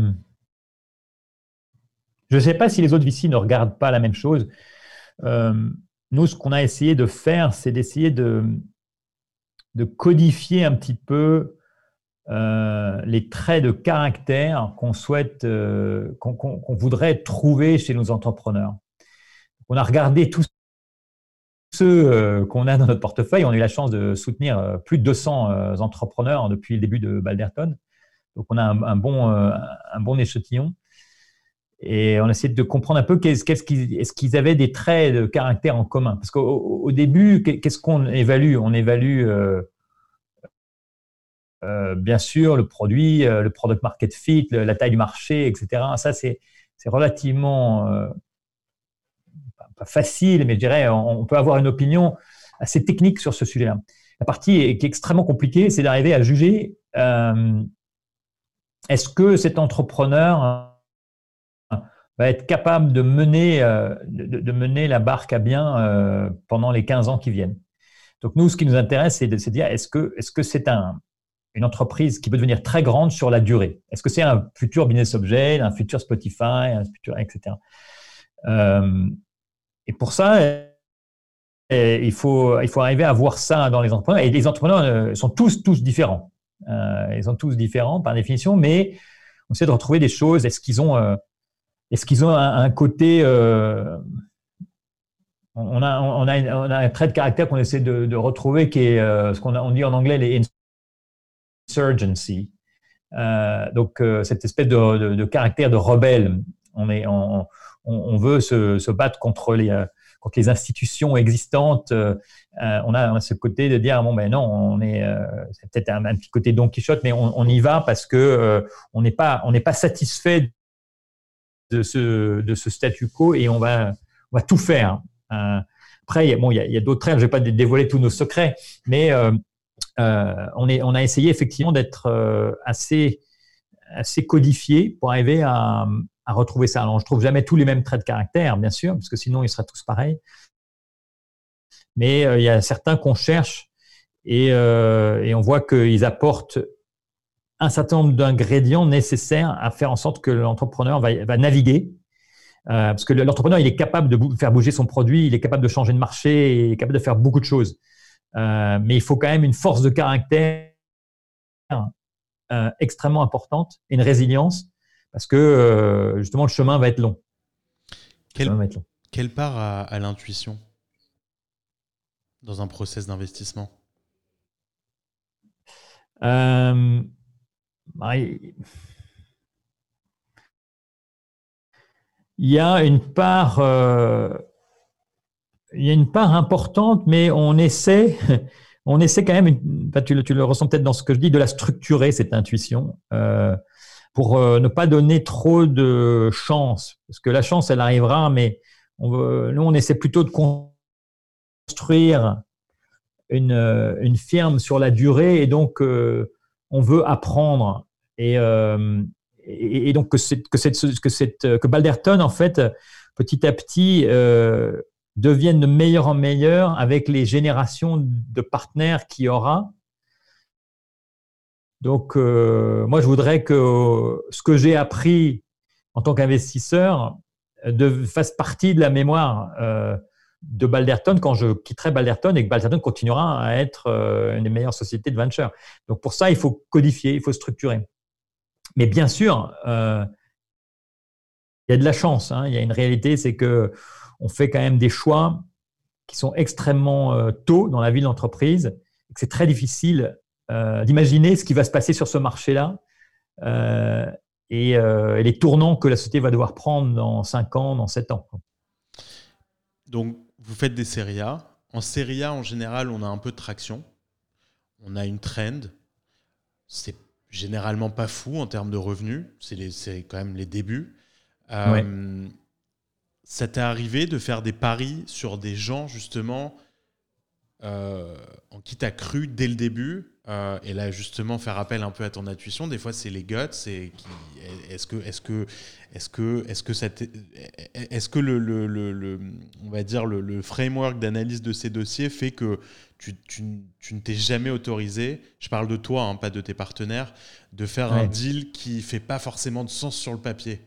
je ne sais pas si les autres V C ne regardent pas la même chose. Euh, nous, ce qu'on a essayé de faire, c'est d'essayer de, de codifier un petit peu euh, les traits de caractère qu'on souhaite, euh, qu'on, qu'on, qu'on voudrait trouver chez nos entrepreneurs. On a regardé tout ceux euh, qu'on a dans notre portefeuille, on a eu la chance de soutenir euh, plus de deux cents euh, entrepreneurs depuis le début de Balderton. Donc, on a un, un, bon, euh, un bon échantillon. Et on a essayé de comprendre un peu qu'est-ce, qu'est-ce qu'ils, est-ce qu'ils avaient des traits de caractère en commun. Parce qu'au au début, qu'est-ce qu'on évalue? On évalue euh, euh, bien sûr le produit, euh, le product market fit, le, la taille du marché, et cetera. Ça, c'est, c'est relativement euh, pas, pas facile, mais je dirais on, on peut avoir une opinion assez technique sur ce sujet-là. La partie qui est extrêmement compliquée, c'est d'arriver à juger euh, est-ce que cet entrepreneur va être capable de mener, euh, de, de mener la barque à bien euh, pendant les quinze ans qui viennent. Donc nous, ce qui nous intéresse, c'est de se dire, est-ce que, est-ce que c'est un, une entreprise qui peut devenir très grande sur la durée? Est-ce que c'est un futur business object, un futur Spotify, un futur, et cetera. Euh, et pour ça, et il, faut, il faut arriver à voir ça dans les entrepreneurs. Et les entrepreneurs euh, sont tous, tous différents. Euh, ils sont tous différents par définition, mais on essaie de retrouver des choses. Est-ce qu'ils ont... Euh, Est-ce qu'ils ont un, un côté… Euh, on, a, on, a, on a un trait de caractère qu'on essaie de, de retrouver qui est euh, ce qu'on a, on dit en anglais les insurgency. Euh, donc, euh, cette espèce de, de, de caractère de rebelle. On, est, on, on, on veut se, se battre contre les, euh, contre les institutions existantes. Euh, on, a, on a ce côté de dire bon, ben non, on est, euh, c'est peut-être un, un petit côté Don Quichotte, mais on, on y va parce que euh, on n'est pas, on n'est pas satisfait de ce, de ce statu quo et on va, on va tout faire. Euh, après, il y a, bon, il y a, il y a d'autres traits, je ne vais pas dévoiler tous nos secrets, mais euh, euh, on, est, on a essayé effectivement d'être euh, assez, assez codifié pour arriver à, à retrouver ça. Alors, je ne trouve jamais tous les mêmes traits de caractère, bien sûr, parce que sinon, ils seraient tous pareils. Mais euh, il y a certains qu'on cherche et, euh, et on voit qu'ils apportent un certain nombre d'ingrédients nécessaires à faire en sorte que l'entrepreneur va, va naviguer. Euh, parce que l'entrepreneur, il est capable de bou- faire bouger son produit, il est capable de changer de marché, il est capable de faire beaucoup de choses. Euh, mais il faut quand même une force de caractère euh, extrêmement importante et une résilience parce que euh, justement, le chemin va être long. Quelle, chemin va être long. Quelle part à, à l'intuition dans un process d'investissement? euh, Il y a une part, euh, il y a une part importante, mais on essaie, on essaie quand même, une, tu, le, tu le ressens peut-être dans ce que je dis, de la structurer, cette intuition, euh, pour euh, ne pas donner trop de chance. Parce que la chance, elle arrivera, mais on veut, nous, on essaie plutôt de construire une, une firme sur la durée et donc euh, on veut apprendre. Et, euh, et, et donc que, cette, que, cette, que, cette, que Balderton, en fait, petit à petit, euh, devienne de meilleur en meilleur avec les générations de partenaires qu'il y aura. Donc, euh, moi, je voudrais que ce que j'ai appris en tant qu'investisseur de, fasse partie de la mémoire euh, de Balderton quand je quitterai Balderton et que Balderton continuera à être euh, une des meilleures sociétés de venture. Donc, pour ça, il faut codifier, il faut structurer. Mais bien sûr, euh, il y a de la chance. Hein. Il y a une réalité, c'est qu'on fait quand même des choix qui sont extrêmement euh, tôt dans la vie de l'entreprise et que c'est très difficile euh, d'imaginer ce qui va se passer sur ce marché-là euh, et, euh, et les tournants que la société va devoir prendre dans cinq ans, dans sept ans. Donc, vous faites des séries A. En série A, en général, on a un peu de traction. On a une trend. C'est généralement pas fou en termes de revenus. C'est, les, c'est quand même les débuts. Euh, ouais. Ça t'est arrivé de faire des paris sur des gens, justement, euh, en qui t'as cru dès le début euh, et là, justement, faire appel un peu à ton intuition. Des fois, c'est les guts. C'est qui, est-ce que, est-ce que, est-ce que, est-ce que, ça est-ce que le, le, le, le, on va dire le, le framework d'analyse de ces dossiers fait que tu, tu, tu ne t'es jamais autorisé, je parle de toi, hein, pas de tes partenaires, de faire ouais. un deal qui fait pas forcément de sens sur le papier?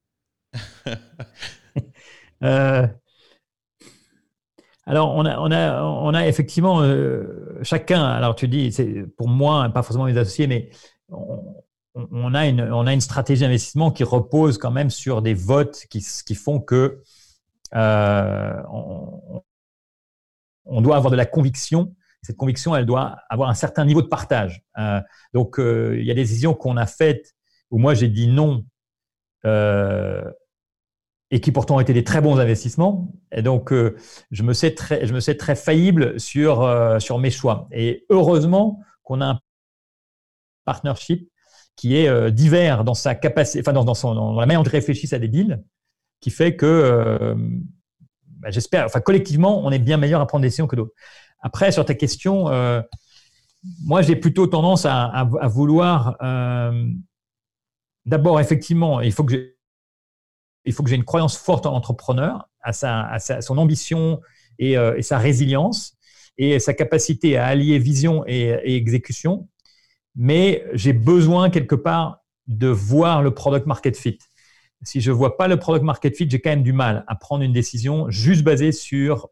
euh... Alors, on a, on a, on a effectivement euh, chacun, alors tu dis, c'est pour moi, pas forcément mes associés, mais on, on, a une, on a une stratégie d'investissement qui repose quand même sur des votes qui, qui font que euh, on, on doit avoir de la conviction. Cette conviction, elle doit avoir un certain niveau de partage. Euh, donc, euh, il y a des décisions qu'on a faites où moi, j'ai dit non euh, et qui pourtant ont été des très bons investissements. Et donc, euh, je me sais très, je me sais très faillible sur, euh, sur mes choix. Et heureusement qu'on a un partnership qui est euh, divers dans sa capacité, enfin, dans, dans, son, dans la manière dont il réfléchisse à des deals, qui fait que, euh, bah, j'espère, enfin, collectivement, on est bien meilleur à prendre des décisions que d'autres. Après, sur ta question, euh, moi, j'ai plutôt tendance à, à, à vouloir, euh, d'abord, effectivement, il faut que j'ai, il faut que j'ai une croyance forte en l'entrepreneur, à, sa, à, sa, à son ambition et, euh, et sa résilience et sa capacité à allier vision et, et exécution. Mais j'ai besoin quelque part de voir le product market fit. Si je ne vois pas le product market fit, j'ai quand même du mal à prendre une décision juste basée sur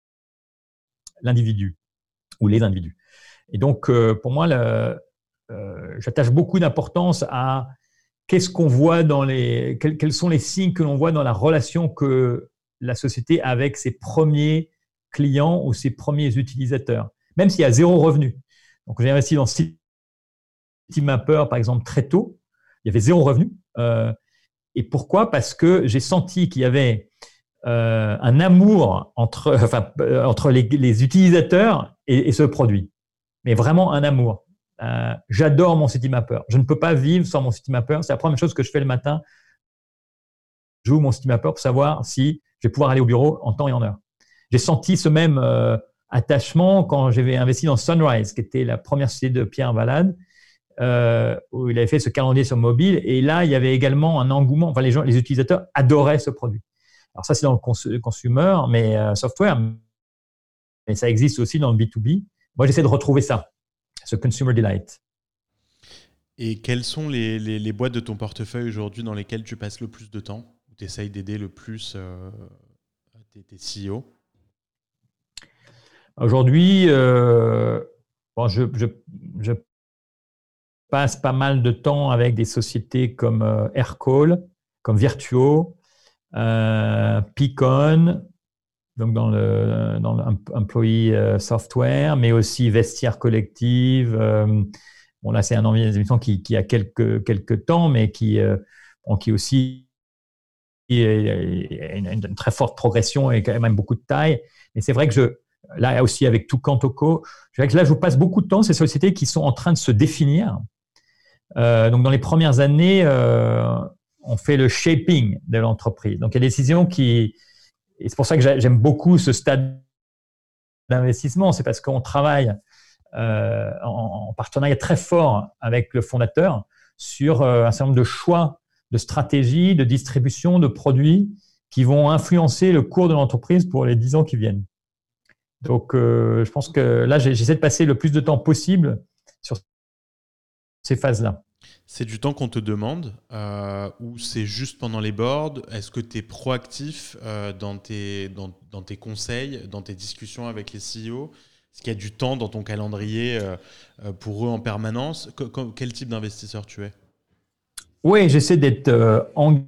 l'individu ou les individus. Et donc, euh, pour moi, le, euh, j'attache beaucoup d'importance à qu'est-ce qu'on voit dans les, quels, quels sont les signes que l'on voit dans la relation que la société a avec ses premiers clients ou ses premiers utilisateurs, même s'il y a zéro revenu. Donc, j'ai investi dans Citymapper, par exemple, très tôt. Il y avait zéro revenu. Euh, et pourquoi ? Parce que j'ai senti qu'il y avait euh, un amour entre, enfin, entre les, les utilisateurs et, et ce produit. Mais vraiment un amour. Euh, j'adore mon Citymapper. Je ne peux pas vivre sans mon Citymapper. C'est la première chose que je fais le matin. J'ouvre mon Citymapper pour savoir si je vais pouvoir aller au bureau en temps et en heure. J'ai senti ce même euh, attachement quand j'avais investi dans Sunrise, qui était la première société de Pierre Valade, euh, où il avait fait ce calendrier sur mobile. Et là, il y avait également un engouement. Enfin, les gens, les utilisateurs adoraient ce produit. Alors ça, c'est dans le cons- consumer, mais euh, software, mais ça existe aussi dans le B deux B. Moi, j'essaie de retrouver ça, ce consumer delight. Et quelles sont les, les, les boîtes de ton portefeuille aujourd'hui dans lesquelles tu passes le plus de temps, où tu essayes d'aider le plus euh, tes, tes C E O ? Aujourd'hui, euh, bon, je, je, je passe pas mal de temps avec des sociétés comme euh, Aircall, comme Virtuo, euh, Picon, donc dans le dans l'employee euh, software, mais aussi Vestiaire Collective. Euh, bon là, c'est un investissement qui, qui a quelques quelques temps, mais qui euh, bon, qui aussi a une, une très forte progression et quand même beaucoup de taille. Mais c'est vrai que je là aussi avec tout Cantoco, je dirais que là je passe beaucoup de temps ces sociétés qui sont en train de se définir. Euh, donc dans les premières années, euh, on fait le shaping de l'entreprise. Donc il y a des décisions qui et c'est pour ça que j'aime beaucoup ce stade d'investissement, c'est parce qu'on travaille euh, en, en partenariat très fort avec le fondateur sur euh, un certain nombre de choix, de stratégies, de distribution, de produits qui vont influencer le cours de l'entreprise pour les dix ans qui viennent. Donc, euh, je pense que là, j'essaie de passer le plus de temps possible sur ces phases-là. C'est du temps qu'on te demande euh, ou c'est juste pendant les boards ? Est-ce que tu es proactif euh, dans, tes, dans, dans tes conseils, dans tes discussions avec les C E O ? Est-ce qu'il y a du temps dans ton calendrier euh, pour eux en permanence ? que, que, Quel type d'investisseur tu es ? Oui, j'essaie d'être euh,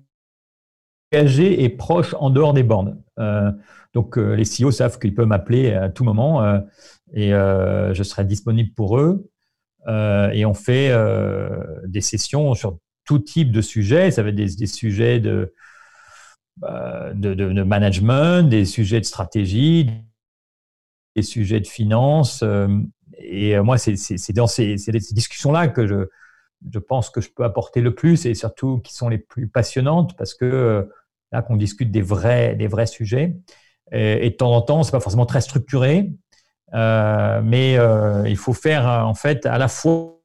engagé et proche en dehors des boards. Euh, donc, euh, les C E O savent qu'ils peuvent m'appeler à tout moment euh, et euh, je serai disponible pour eux. Euh, et on fait euh, des sessions sur tout type de sujets. Ça va être des, des sujets de, euh, de, de, de management, des sujets de stratégie, des sujets de finance. Euh, et moi, c'est, c'est, c'est dans ces, c'est ces discussions-là que je, je pense que je peux apporter le plus et surtout qui sont les plus passionnantes parce que euh, là, qu'on discute des vrais, des vrais sujets. Et, et de temps en temps, c'est pas forcément très structuré. Euh, mais euh, il faut faire en fait à la fois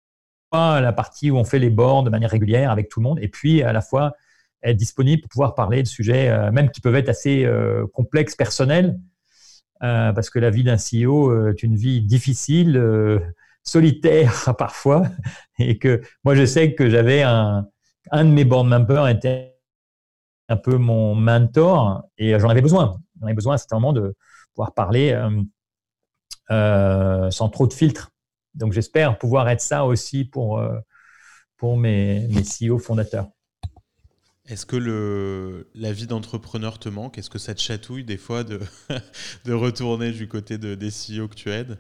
la partie où on fait les boards de manière régulière avec tout le monde et puis à la fois être disponible pour pouvoir parler de sujets euh, même qui peuvent être assez euh, complexes, personnels, euh, parce que la vie d'un C E O est une vie difficile, euh, solitaire parfois, et que moi je sais que j'avais un, un de mes board members était un peu mon mentor et j'en avais besoin. J'en avais besoin à un certain moment de pouvoir parler euh, Euh, sans trop de filtres. Donc, j'espère pouvoir être ça aussi pour, euh, pour mes, mes C E O fondateurs. Est-ce que le, la vie d'entrepreneur te manque? Est-ce que ça te chatouille des fois de, de retourner du côté de, des C E O que tu aides?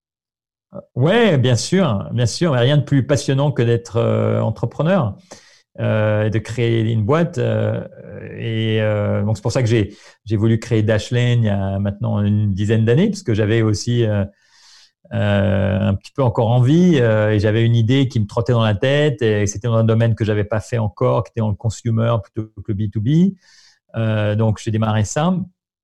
Ouais, bien sûr, bien sûr. Mais rien de plus passionnant que d'être euh, entrepreneur euh, et de créer une boîte. Euh, et euh, donc c'est pour ça que j'ai j'ai voulu créer Dashlane il y a maintenant une dizaine d'années, parce que j'avais aussi euh, euh, un petit peu encore envie euh, et j'avais une idée qui me trottait dans la tête et c'était dans un domaine que j'avais pas fait encore, qui était dans le consumer plutôt que le B deux B. Euh, donc j'ai démarré ça.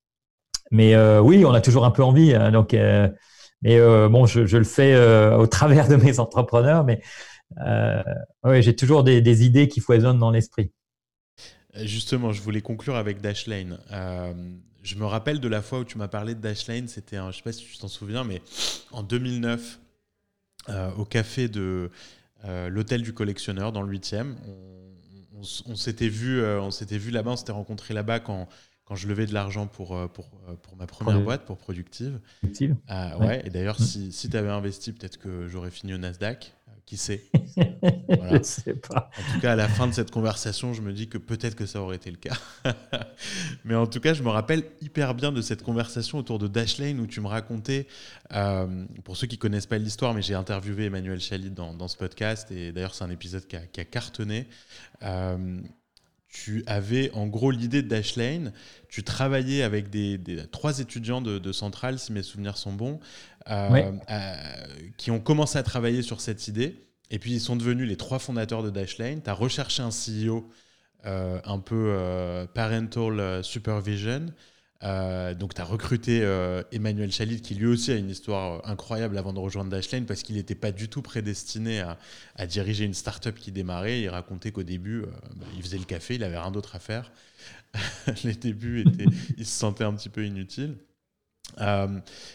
Mais euh, oui, on a toujours un peu envie. Hein, donc, euh, mais euh, bon, je, je le fais euh, au travers de mes entrepreneurs. Mais euh, ouais, j'ai toujours des, des idées qui foisonnent dans l'esprit. Justement, je voulais conclure avec Dashlane. Euh, je me rappelle de la fois où tu m'as parlé de Dashlane. C'était, un, je ne sais pas si tu t'en souviens, mais en deux mille neuf, euh, au café de euh, l'hôtel du collectionneur dans le huitième, on, on, on s'était vu, euh, on s'était vu là-bas, on s'était rencontrés là-bas quand, quand je levais de l'argent pour, euh, pour, euh, pour ma première boîte, pour Productive. Productive. Euh, Ouais. ouais, et d'ailleurs, si, si tu avais investi, peut-être que j'aurais fini au Nasdaq. Euh, qui sait? Voilà. Je ne sais pas. En tout cas, à la fin de cette conversation, je me dis que peut-être que ça aurait été le cas. Mais en tout cas, je me rappelle hyper bien de cette conversation autour de Dashlane où tu me racontais, euh, pour ceux qui ne connaissent pas l'histoire, mais j'ai interviewé Emmanuel Chalid dans, dans ce podcast, et d'ailleurs, c'est un épisode qui a, qui a cartonné. Euh, tu avais en gros l'idée de Dashlane, tu travaillais avec des, des, trois étudiants de, de Centrale, si mes souvenirs sont bons, euh, Oui. euh, qui ont commencé à travailler sur cette idée. Et puis, ils sont devenus les trois fondateurs de Dashlane. Tu as recherché un C E O euh, un peu euh, parental supervision. Euh, donc, tu as recruté euh, Emmanuel Chalid, qui lui aussi a une histoire incroyable avant de rejoindre Dashlane, parce qu'il n'était pas du tout prédestiné à, à diriger une start-up qui démarrait. Il racontait qu'au début, euh, bah, il faisait le café, il n'avait rien d'autre à faire. Les débuts, étaient, il se sentait un petit peu inutile. Euh,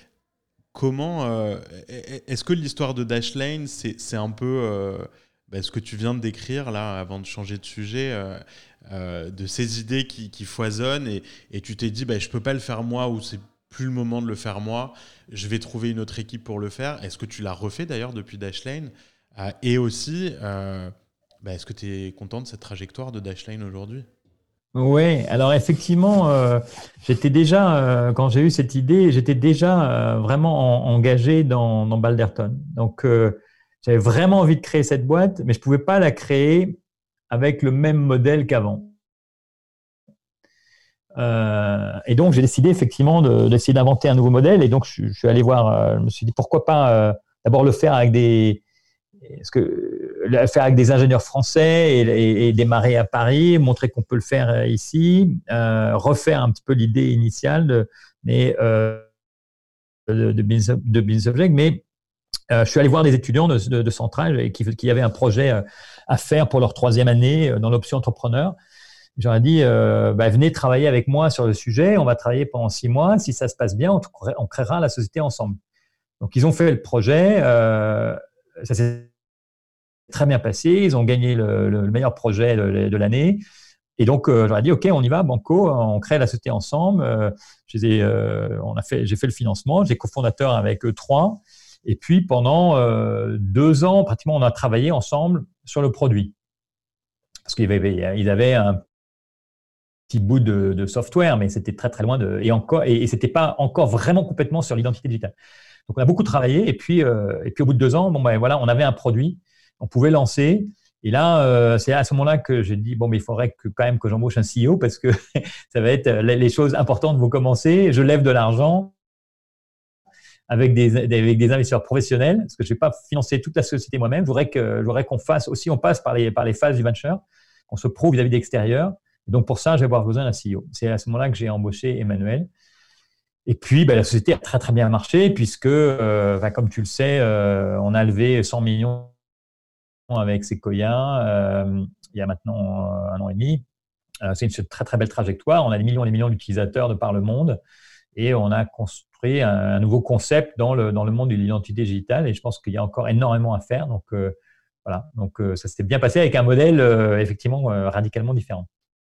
Comment euh, est-ce que l'histoire de Dashlane, c'est, c'est un peu euh, bah, ce que tu viens de décrire là, avant de changer de sujet, euh, euh, de ces idées qui, qui foisonnent et, et tu t'es dit, bah, je ne peux pas le faire moi ou c'est plus le moment de le faire moi, je vais trouver une autre équipe pour le faire. Est-ce que tu l'as refait d'ailleurs depuis Dashlane? Euh, Et aussi, euh, bah, est-ce que tu es content de cette trajectoire de Dashlane aujourd'hui? Oui, alors effectivement, euh, j'étais déjà, euh, quand j'ai eu cette idée, j'étais déjà euh, vraiment en- engagé dans, dans Balderton. Donc, euh, j'avais vraiment envie de créer cette boîte, mais je ne pouvais pas la créer avec le même modèle qu'avant. Euh, et donc, j'ai décidé effectivement de- d'essayer d'inventer un nouveau modèle. Et donc, je, je suis allé voir, euh, je me suis dit, pourquoi pas euh, d'abord le faire avec des, est-ce que le faire avec des ingénieurs français et, et- et démarrer à Paris, montrer qu'on peut le faire ici, euh, refaire un petit peu l'idée initiale de, mais, euh, de, de, Business, de Business Object. Mais euh, je suis allé voir des étudiants de, de, de Centrale et qui, qui avaient un projet euh, à faire pour leur troisième année euh, dans l'option entrepreneur. J'aurais dit, euh, bah, venez travailler avec moi sur le sujet. On va travailler pendant six mois. Si ça se passe bien, on, on créera la société ensemble. Donc, ils ont fait le projet. Euh, ça s'est très bien passé. Ils ont gagné le, le meilleur projet de, de l'année. Et donc, euh, j'aurais dit, OK, on y va, Banco, on crée la société ensemble. Euh, j'ai, euh, on a fait, j'ai fait le financement, j'ai cofondateur avec eux trois. Et puis, pendant euh, deux ans, pratiquement, on a travaillé ensemble sur le produit. Parce qu'ils avaient, ils avaient un petit bout de, de software, mais c'était très, très loin de. Et, encore, et, et ce n'était pas encore vraiment complètement sur l'identité digitale. Donc, on a beaucoup travaillé. Et puis, euh, et puis au bout de deux ans, bon, ben, voilà, on avait un produit, on pouvait lancer. Et là, euh, c'est à ce moment-là que j'ai dit, bon, mais il faudrait que, quand même que j'embauche un C E O parce que ça va être les choses importantes vont commencer. Je lève de l'argent avec des, avec des investisseurs professionnels parce que je ne vais pas financer toute la société moi-même. Je voudrais, que, je voudrais qu'on fasse aussi, on passe par les, par les phases du venture, qu'on se prouve vis-à-vis de l'extérieur. Et donc, pour ça, je vais avoir besoin d'un C E O. C'est à ce moment-là que j'ai embauché Emmanuel. Et puis, ben, la société a très, très bien marché puisque, euh, ben, comme tu le sais, euh, on a levé cent millions avec Sequoia euh, il y a maintenant un an et demi. Euh, c'est une très, très belle trajectoire. On a des millions et des millions d'utilisateurs de par le monde et on a construit un, un nouveau concept dans le, dans le monde de l'identité digitale et je pense qu'il y a encore énormément à faire. Donc, euh, voilà. Donc, euh, ça s'est bien passé avec un modèle euh, effectivement euh, radicalement différent.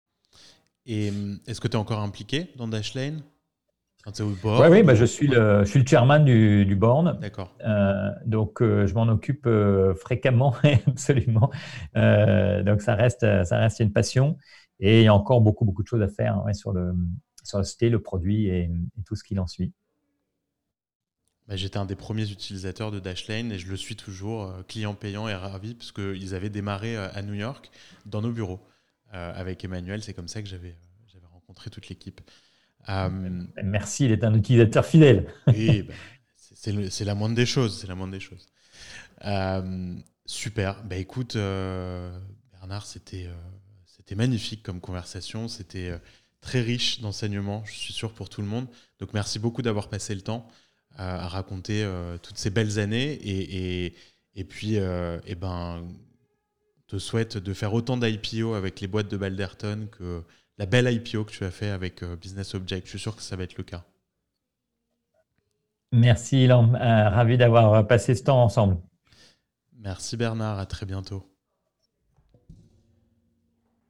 Et est-ce que tu es encore impliqué dans Dashlane? Quand tu es au Oui, board ouais, bah, je, ou... suis le, je suis le chairman du, du board. D'accord. Euh, donc, euh, je m'en occupe euh, fréquemment, absolument. Euh, donc, ça reste, ça reste une passion. Et il y a encore beaucoup, beaucoup de choses à faire ouais, sur, le, sur la société, le produit et, et tout ce qui en suit. Bah, j'étais un des premiers utilisateurs de Dashlane et je le suis toujours, euh, client payant et ravi, parce qu'ils avaient démarré euh, à New York, dans nos bureaux, euh, avec Emmanuel. C'est comme ça que j'avais euh, j'avais rencontré toute l'équipe. Euh, Merci d'être un utilisateur fidèle. et bah, c'est c'est le- c'est la moindre des choses. C'est la moindre des choses. Euh, super. Bah, écoute, euh, Bernard, c'était euh, c'était magnifique comme conversation. C'était euh, très riche d'enseignements, je suis sûr, pour tout le monde. Donc, merci beaucoup d'avoir passé le temps euh, à raconter euh, toutes ces belles années. Et, et, et puis, euh, eh ben, te souhaite de faire autant d'I P O avec les boîtes de Balderton que la belle I P O que tu as fait avec euh, Business Object. Je suis sûr que ça va être le cas. Merci, Ilan. Euh, ravi d'avoir passé ce temps ensemble. Merci Bernard, à très bientôt.